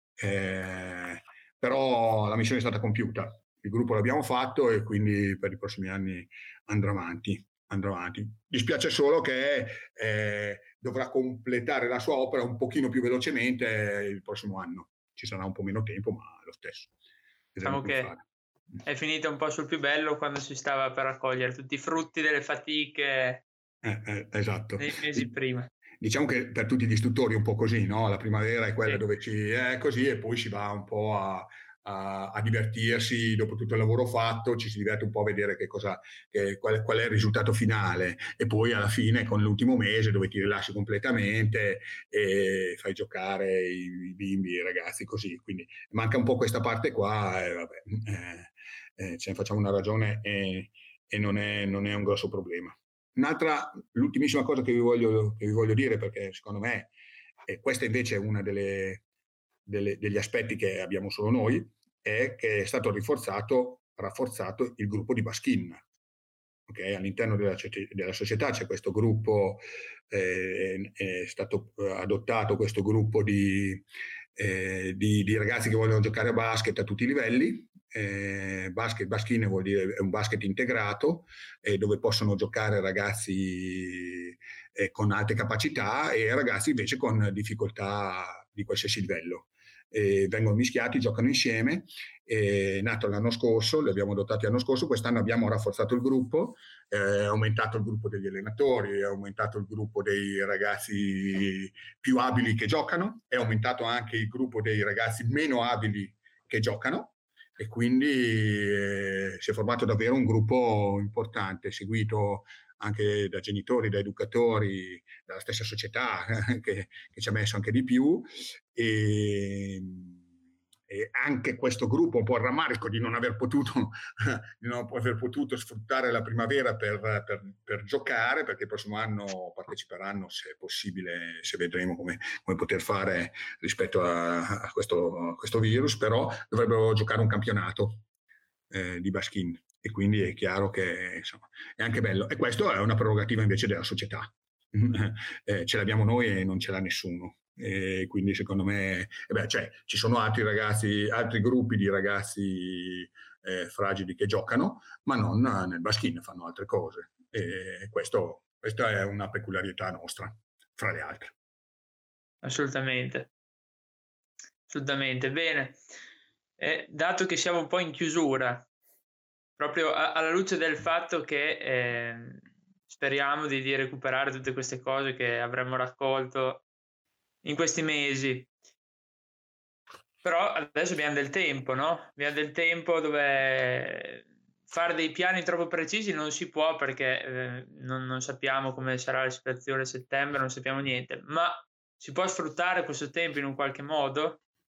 eh, però la missione è stata compiuta, il gruppo l'abbiamo fatto e quindi per i prossimi anni andrà avanti. andrà avanti. Dispiace solo che eh, dovrà completare la sua opera un pochino più velocemente il prossimo anno. Ci sarà un po' meno tempo, ma lo stesso. Diciamo che fare. È finita un po' sul più bello quando si stava per raccogliere tutti i frutti delle fatiche eh, eh, esatto. nei mesi prima. Diciamo che per tutti gli istruttori è un po' così, no? La primavera è quella sì. dove ci è così e poi si va un po' a, a, a divertirsi dopo tutto il lavoro fatto, ci si diverte un po' a vedere che cosa, che, qual, qual è il risultato finale e poi alla fine con l'ultimo mese dove ti rilassi completamente e fai giocare i, i bimbi, i ragazzi così, quindi manca un po' questa parte qua e vabbè, eh, eh, ce ne facciamo una ragione e, e non, è, non è un grosso problema. Un'altra, l'ultimissima cosa che vi voglio, che vi voglio dire, perché secondo me eh, questa invece è una delle, delle, degli aspetti che abbiamo solo noi, è che è stato rinforzato, rafforzato il gruppo di Baskin. Okay? All'interno della, della società c'è questo gruppo, eh, è stato adottato questo gruppo di, eh, di, di ragazzi che vogliono giocare a basket a tutti i livelli. Eh, basket, Baskin vuol dire è un basket integrato eh, dove possono giocare ragazzi eh, con alte capacità e ragazzi invece con difficoltà di qualsiasi livello. Eh, vengono mischiati, giocano insieme. È nato l'anno scorso, li abbiamo adottati l'anno scorso, quest'anno abbiamo rafforzato il gruppo, è eh, aumentato il gruppo degli allenatori, è aumentato il gruppo dei ragazzi più abili che giocano, è aumentato anche il gruppo dei ragazzi meno abili che giocano e quindi eh, si è formato davvero un gruppo importante, seguito anche da genitori, da educatori, dalla stessa società che, che ci ha messo anche di più e, e anche questo gruppo un po' il rammarico di non aver potuto di non aver potuto sfruttare la primavera per, per, per giocare, perché il prossimo anno parteciperanno se è possibile, se vedremo come, come poter fare rispetto a, a, questo, a questo virus, però dovrebbero giocare un campionato eh, di Baskin e quindi è chiaro che insomma, è anche bello e questo è una prerogativa invece della società. eh, ce l'abbiamo noi e non ce l'ha nessuno e quindi secondo me eh beh, cioè, ci sono altri ragazzi, altri gruppi di ragazzi eh, fragili che giocano ma non nel Baskin, fanno altre cose e questo, questa è una peculiarità nostra fra le altre. Assolutamente assolutamente bene. Eh, dato che siamo un po' in chiusura, proprio a, alla luce del fatto che eh, speriamo di, di recuperare tutte queste cose che avremmo raccolto in questi mesi, però adesso abbiamo del tempo, no? Abbiamo del tempo dove fare dei piani troppo precisi non si può perché eh, non, non sappiamo come sarà la situazione a settembre, non sappiamo niente, ma si può sfruttare questo tempo in un qualche modo?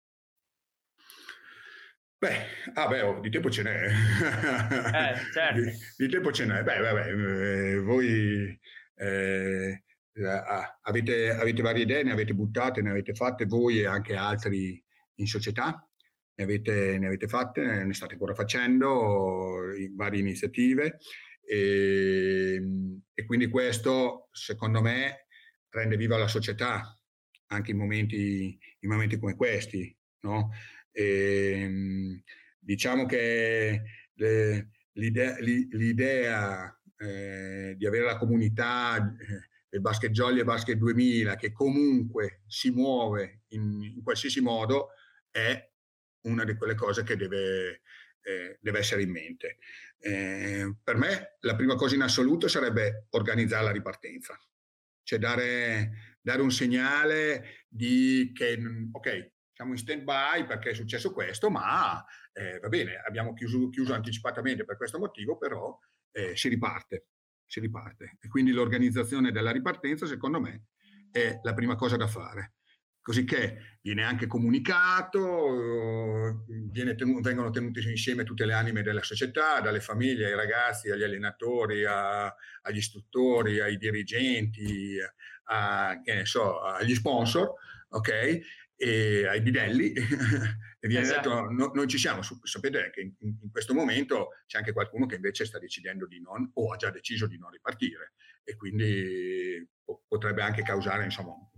Beh, ah beh, oh, di tempo ce n'è. Eh, certo. di, di tempo ce n'è. Beh, vabbè, eh, voi eh, ah, avete, avete varie idee, ne avete buttate, ne avete fatte voi e anche altri in società, ne avete, ne avete fatte, ne state ancora facendo in varie iniziative e, e quindi questo, secondo me, rende viva la società anche in momenti, in momenti come questi, no? E, diciamo che le, l'idea, l'idea eh, di avere la comunità eh, del Basket Jolly e Basket duemila che comunque si muove in, in qualsiasi modo è una di quelle cose che deve, eh, deve essere in mente. Eh, per me la prima cosa in assoluto sarebbe organizzare la ripartenza, cioè dare, dare un segnale di che ok, siamo in stand by perché è successo questo, ma eh, va bene, abbiamo chiuso, chiuso anticipatamente per questo motivo, però eh, si riparte, si riparte. E quindi l'organizzazione della ripartenza, secondo me, è la prima cosa da fare. Così che viene anche comunicato, viene tenuto, vengono tenute insieme tutte le anime della società, dalle famiglie, ai ragazzi, agli allenatori, a, agli istruttori, ai dirigenti, a, che ne so, agli sponsor, ok? E ai bidelli e viene esatto. detto no, noi ci siamo, sapete che in, in questo momento c'è anche qualcuno che invece sta decidendo di non o ha già deciso di non ripartire e quindi po- potrebbe anche causare insomma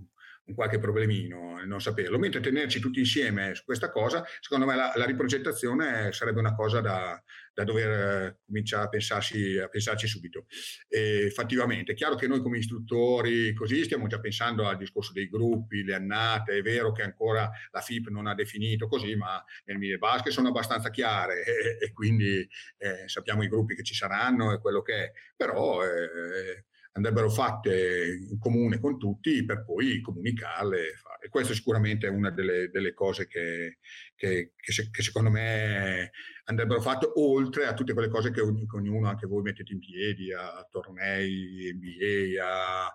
un qualche problemino, non saperlo, mentre tenerci tutti insieme su questa cosa, secondo me la, la riprogettazione sarebbe una cosa da, da dover eh, cominciare a pensarsi, a pensarci subito. E effettivamente, è chiaro che noi come istruttori così stiamo già pensando al discorso dei gruppi, le annate, è vero che ancora la F I P non ha definito così, ma nel mini basket sono abbastanza chiare e, e quindi eh, sappiamo i gruppi che ci saranno e quello che è, però eh, andrebbero fatte in comune con tutti per poi comunicarle e fare. E questo sicuramente è una delle, delle cose che, che, che, se, che secondo me andrebbero fatte, oltre a tutte quelle cose che, ogni, che ognuno, anche voi, mettete in piedi, a tornei N B A, a,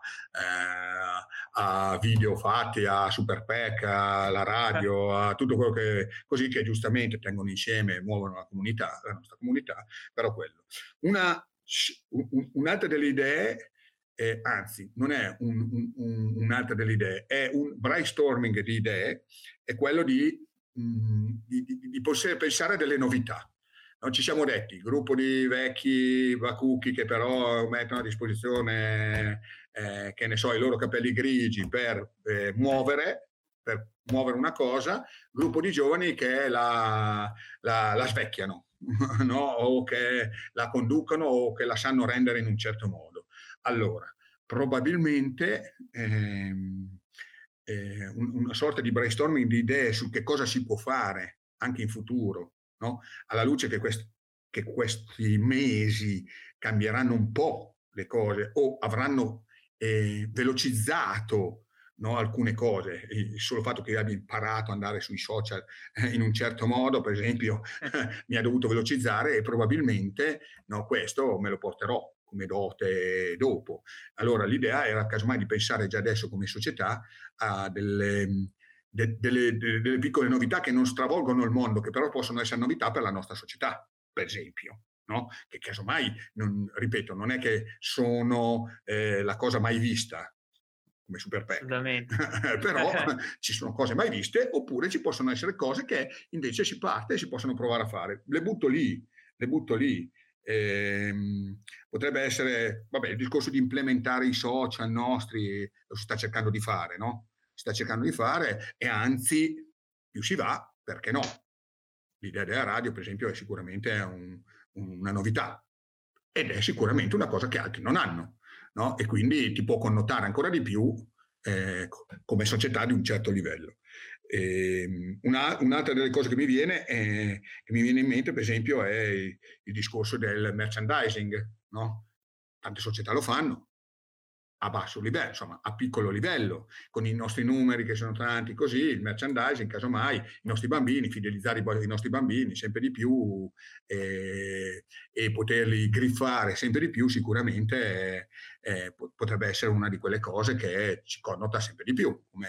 eh, a video fatti, a Super P E C, alla radio, a tutto quello che così, che giustamente tengono insieme e muovono la comunità, la nostra comunità, però quello. Una, un'altra delle idee, Eh, anzi, non è un, un, un'altra delle idee, è un brainstorming di idee, è quello di, mh, di, di, di poter pensare a delle novità. Non ci siamo detti, gruppo di vecchi bacucchi che però mettono a disposizione, eh, che ne so, i loro capelli grigi per eh, muovere, per muovere una cosa, gruppo di giovani che la, la, la svecchiano, no? O che la conducono o che la sanno rendere in un certo modo. Allora, probabilmente ehm, eh, una sorta di brainstorming di idee su che cosa si può fare anche in futuro, no? Alla luce che, quest- che questi mesi cambieranno un po' le cose o avranno eh, velocizzato, no, alcune cose. Il solo fatto che io abbia imparato ad andare sui social eh, in un certo modo, per esempio, mi ha dovuto velocizzare e probabilmente, no, questo me lo porterò come dote dopo. Allora l'idea era casomai di pensare già adesso come società a delle, de, delle, de, delle piccole novità che non stravolgono il mondo, che però possono essere novità per la nostra società, per esempio. No? Che casomai, non, ripeto, non è che sono eh, la cosa mai vista come Super P E C, però ci sono cose mai viste, oppure ci possono essere cose che invece si parte e si possono provare a fare. Le butto lì, le butto lì. Eh, potrebbe essere, vabbè, il discorso di implementare i social nostri lo si sta cercando di fare, no? Si sta cercando di fare e anzi più si va, perché no? L'idea della radio, per esempio, è sicuramente un, una novità ed è sicuramente una cosa che altri non hanno, no? E quindi ti può connotare ancora di più eh, come società di un certo livello. Eh, una, un'altra delle cose che mi viene, è, che mi viene in mente, per esempio, è il, il discorso del merchandising, no? Tante società lo fanno a basso livello, insomma a piccolo livello, con i nostri numeri che sono tanti, così il merchandising, casomai i nostri bambini, fidelizzare i, i nostri bambini sempre di più eh, e poterli griffare sempre di più, sicuramente eh, potrebbe essere una di quelle cose che ci connota sempre di più, come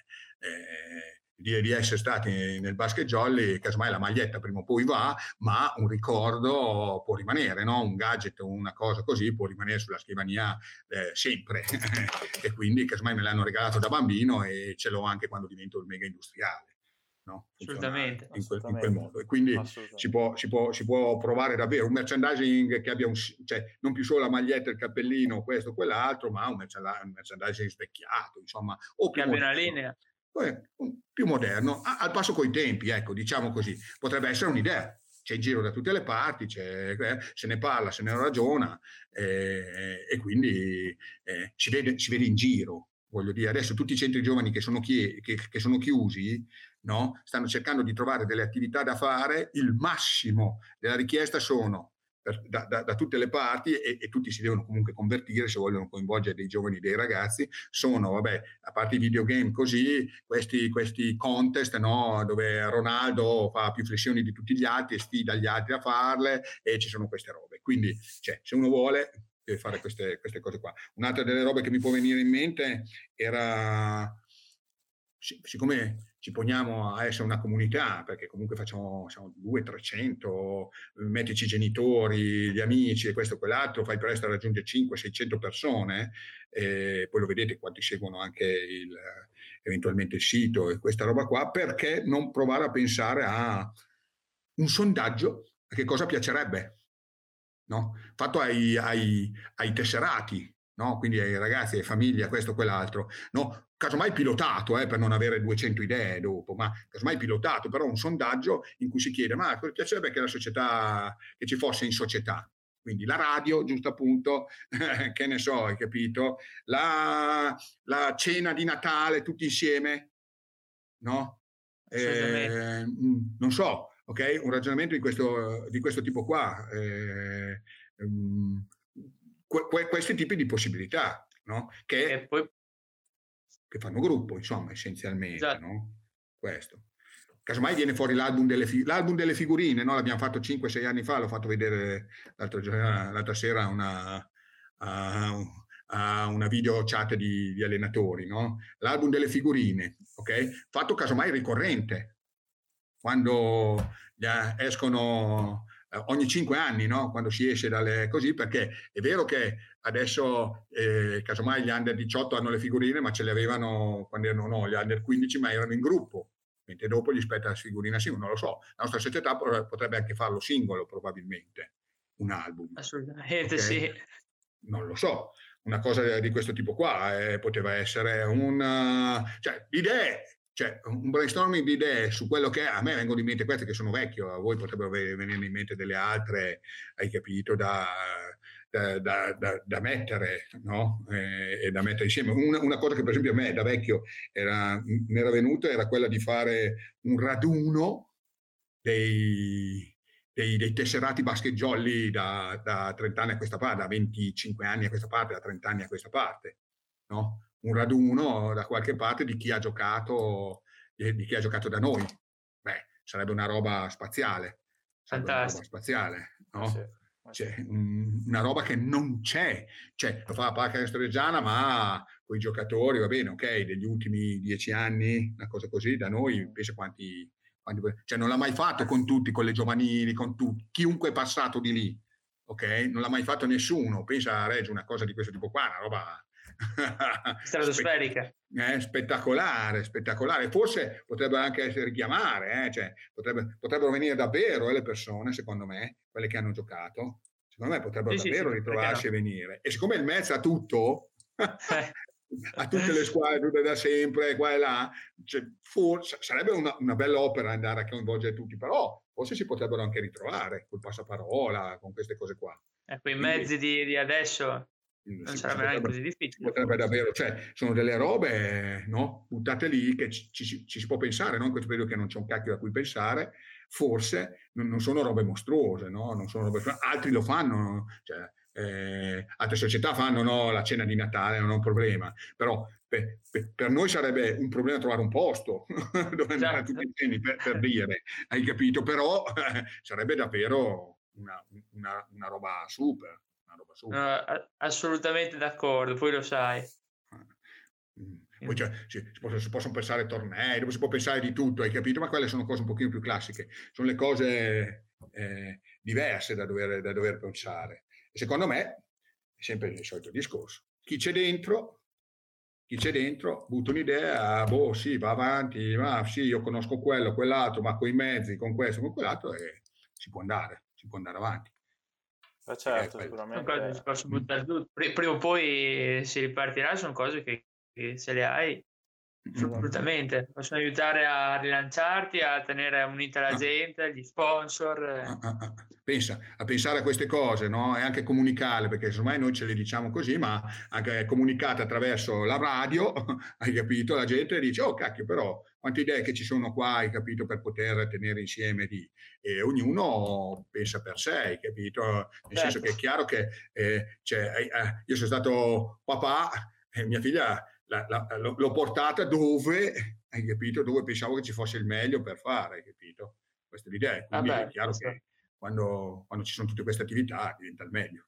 eh, di, di essere stati nel basket jolly, casomai la maglietta prima o poi va, ma un ricordo può rimanere, no? Un gadget o una cosa così può rimanere sulla scrivania eh, sempre e quindi casomai me l'hanno regalato da bambino e ce l'ho anche quando divento il mega industriale, no? Assolutamente. In quel, in quel modo, e quindi si può, si, può, si può provare davvero un merchandising che abbia un, cioè non più solo la maglietta, il cappellino, questo, quell'altro, ma un merchandising, un merchandising svecchiato, insomma, o più cambia una moderno. linea. Più moderno, al passo coi tempi, ecco, diciamo così. Potrebbe essere un'idea, c'è in giro da tutte le parti, c'è, eh, se ne parla, se ne ragiona eh, e quindi eh, si, vede, si vede in giro, voglio dire, adesso tutti i centri giovani che sono, chi, che, che sono chiusi, no? Stanno cercando di trovare delle attività da fare, il massimo della richiesta sono per, da, da, da tutte le parti e, e tutti si devono comunque convertire se vogliono coinvolgere dei giovani, dei ragazzi, sono, vabbè, a parte i videogame così, questi, questi contest, no? Dove Ronaldo fa più flessioni di tutti gli altri e sfida gli altri a farle e ci sono queste robe, quindi cioè, se uno vuole deve fare queste, queste cose qua. Un'altra delle robe che mi può venire in mente era, siccome ci poniamo a essere una comunità, perché comunque facciamo, siamo duecento trecento, mettici i genitori, gli amici e questo e quell'altro, fai presto a raggiungere cinquecento seicento persone, e poi lo vedete quanti seguono anche il, eventualmente il sito e questa roba qua, perché non provare a pensare a un sondaggio, a che cosa piacerebbe, no? Fatto ai, ai, ai tesserati, no? Quindi ai ragazzi, ai famiglie, a questo o quell'altro, no? Casomai pilotato, eh, per non avere duecento idee dopo, ma casomai pilotato, però un sondaggio in cui si chiede, ma cosa piacerebbe che la società, che ci fosse in società? Quindi la radio, giusto appunto, che ne so, hai capito? La, la cena di Natale tutti insieme, no? Eh, non so, ok? Un ragionamento di questo, di questo tipo qua. Eh, um, que, que, questi tipi di possibilità, no? Che, e poi... che fanno gruppo, insomma, essenzialmente, esatto. no? Questo. Casomai viene fuori l'album delle, fi- l'album delle figurine, no? L'abbiamo fatto cinque sei anni fa, l'ho fatto vedere l'altro, l'altra sera una, uh, a una video chat di, di allenatori, no? L'album delle figurine, ok? Fatto casomai ricorrente, quando escono eh, ogni cinque anni, no? Quando si esce dalle così, perché è vero che adesso eh, casomai gli under diciotto hanno le figurine, ma ce le avevano quando erano no, gli under quindici, ma erano in gruppo. Mentre dopo gli spetta la figurina singolo, non lo so. La nostra società potrebbe anche farlo singolo, probabilmente, un album. Assolutamente, okay? Sì. Non lo so. Una cosa di questo tipo qua eh, poteva essere un... Cioè, idee, cioè, un brainstorming di idee su quello che è. A me vengono in mente queste che sono vecchio, a voi potrebbero venire in mente delle altre, hai capito, da... Da, da, da, da mettere, no? Eh, e da mettere insieme. Una, una cosa che per esempio a me da vecchio era, mi era venuta era quella di fare un raduno dei, dei, dei tesserati bascheggiolli da, da trenta anni a questa parte, da venticinque anni a questa parte, da trenta anni a questa parte, no? Un raduno da qualche parte di chi ha giocato, di, di chi ha giocato da noi. Beh, sarebbe una roba spaziale. Sarebbe una roba spaziale, no? Sì. Cioè, una roba che non c'è, cioè lo fa la Pallacanestro Reggiana, ma con i giocatori, va bene, ok, degli ultimi dieci anni, una cosa così, da noi pensa quanti, quanti, cioè non l'ha mai fatto con tutti, con le giovanili, con tutti, chiunque è passato di lì, ok, non l'ha mai fatto nessuno, pensa a Reggio una cosa di questo tipo qua, una roba stratosferica, Spe- eh, spettacolare, spettacolare, forse potrebbe anche essere richiamare, eh? Cioè, potrebbe, potrebbero venire davvero eh, le persone, secondo me, quelle che hanno giocato, secondo me potrebbero sì, davvero sì, ritrovarsi no? e venire. E siccome il Metz ha tutto, a tutte le squadre, tutte da sempre, qua e là, cioè, forse sarebbe una, una bella opera andare a coinvolgere tutti, però forse si potrebbero anche ritrovare col passaparola, con queste cose qua. Ecco, i mezzi di, di adesso non si, sarebbe neanche così difficile. Potrebbe davvero, cioè, sono delle robe, no? Buttate lì che ci, ci, ci si può pensare, no? In questo periodo che non c'è un cacchio da cui pensare, forse non, non sono robe mostruose, no? Non sono robe, altri lo fanno, cioè, eh, altre società fanno no, la cena di Natale, non è un problema, però per, per, per noi sarebbe un problema trovare un posto dove andare esatto. tutti insieme per, per dire, hai capito? Però eh, sarebbe davvero una, una, una roba super. Uh, assolutamente d'accordo, poi lo sai. Poi cioè, si, si, possono, si possono pensare tornei, dove si può pensare di tutto, hai capito? Ma quelle sono cose un pochino più classiche, sono le cose eh, diverse da dover, da dover pensare. E secondo me è sempre il solito discorso. Chi c'è dentro, chi c'è dentro, butta un'idea, boh sì, va avanti, ma sì, io conosco quello, quell'altro, ma con i mezzi, con questo, con quell'altro, e si può andare, si può andare avanti. Eh certo, eh, sicuramente. Sono cose che si possono buttare giù. Prima o poi si ripartirà, sono cose che, che se le hai assolutamente possono aiutare a rilanciarti, a tenere unita la gente, gli sponsor. Pensa a pensare a queste cose, no? E anche comunicarle, perché ormai noi ce le diciamo così, ma anche comunicate attraverso la radio, hai capito? La gente dice, oh cacchio, però quante idee che ci sono qua, hai capito, per poter tenere insieme di... E ognuno pensa per sé, hai capito? Nel certo. senso che è chiaro che eh, cioè, eh, io sono stato papà e mia figlia la, la, l'ho portata dove, hai capito, dove pensavo che ci fosse il meglio per fare, hai capito? Questa è l'idea, quindi Vabbè, è chiaro sì. che quando, quando ci sono tutte queste attività diventa il meglio.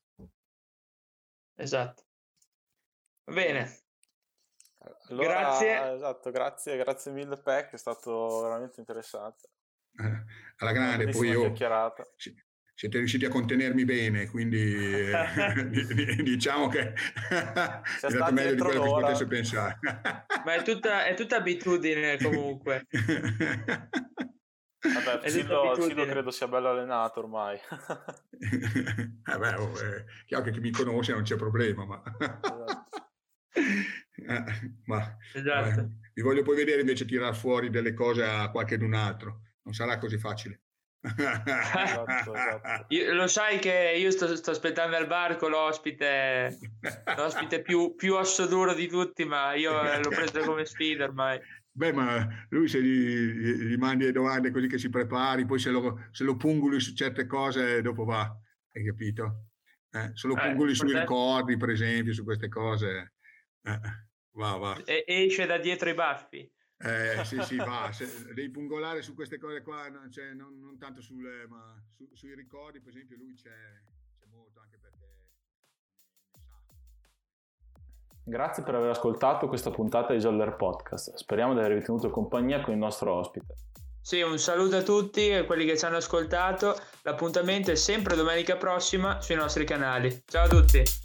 Esatto. Va bene. Allora, grazie. Esatto, grazie, grazie mille Peck, è stato veramente interessante. Eh, alla grande, poi io sì, siete riusciti a contenermi bene, quindi eh, diciamo che è stato meglio di quello l'ora. che si potesse pensare. Ma è tutta, è tutta abitudine comunque. Vabbè, Cillo, Cillo credo sia bello allenato ormai. eh beh, oh, eh, chiaro che chi mi conosce non c'è problema, ma... Esatto. eh, ma Esatto. eh, vi voglio poi vedere invece tirare fuori delle cose a qualche d'un altro, non sarà così facile. Esatto, esatto. Io, lo sai che io sto, sto aspettando al barco l'ospite, l'ospite più, più osso duro di tutti, ma io l'ho preso come sfida ormai. Beh, ma lui se gli, gli mandi le domande così che si prepari, poi se lo, se lo punguli su certe cose dopo va, hai capito? Eh, se lo punguli eh, sui ricordi, per esempio, su queste cose, eh, va, va. E esce da dietro i baffi. Eh, sì, sì, va. Se, devi pungolare su queste cose qua, no, cioè, non, non tanto sulle, ma su, sui ricordi, per esempio, lui c'è, c'è molto, anche perché... Grazie per aver ascoltato questa puntata di Joller Podcast. Speriamo di avervi tenuto compagnia con il nostro ospite. Sì, un saluto a tutti e quelli che ci hanno ascoltato. L'appuntamento è sempre domenica prossima sui nostri canali. Ciao a tutti.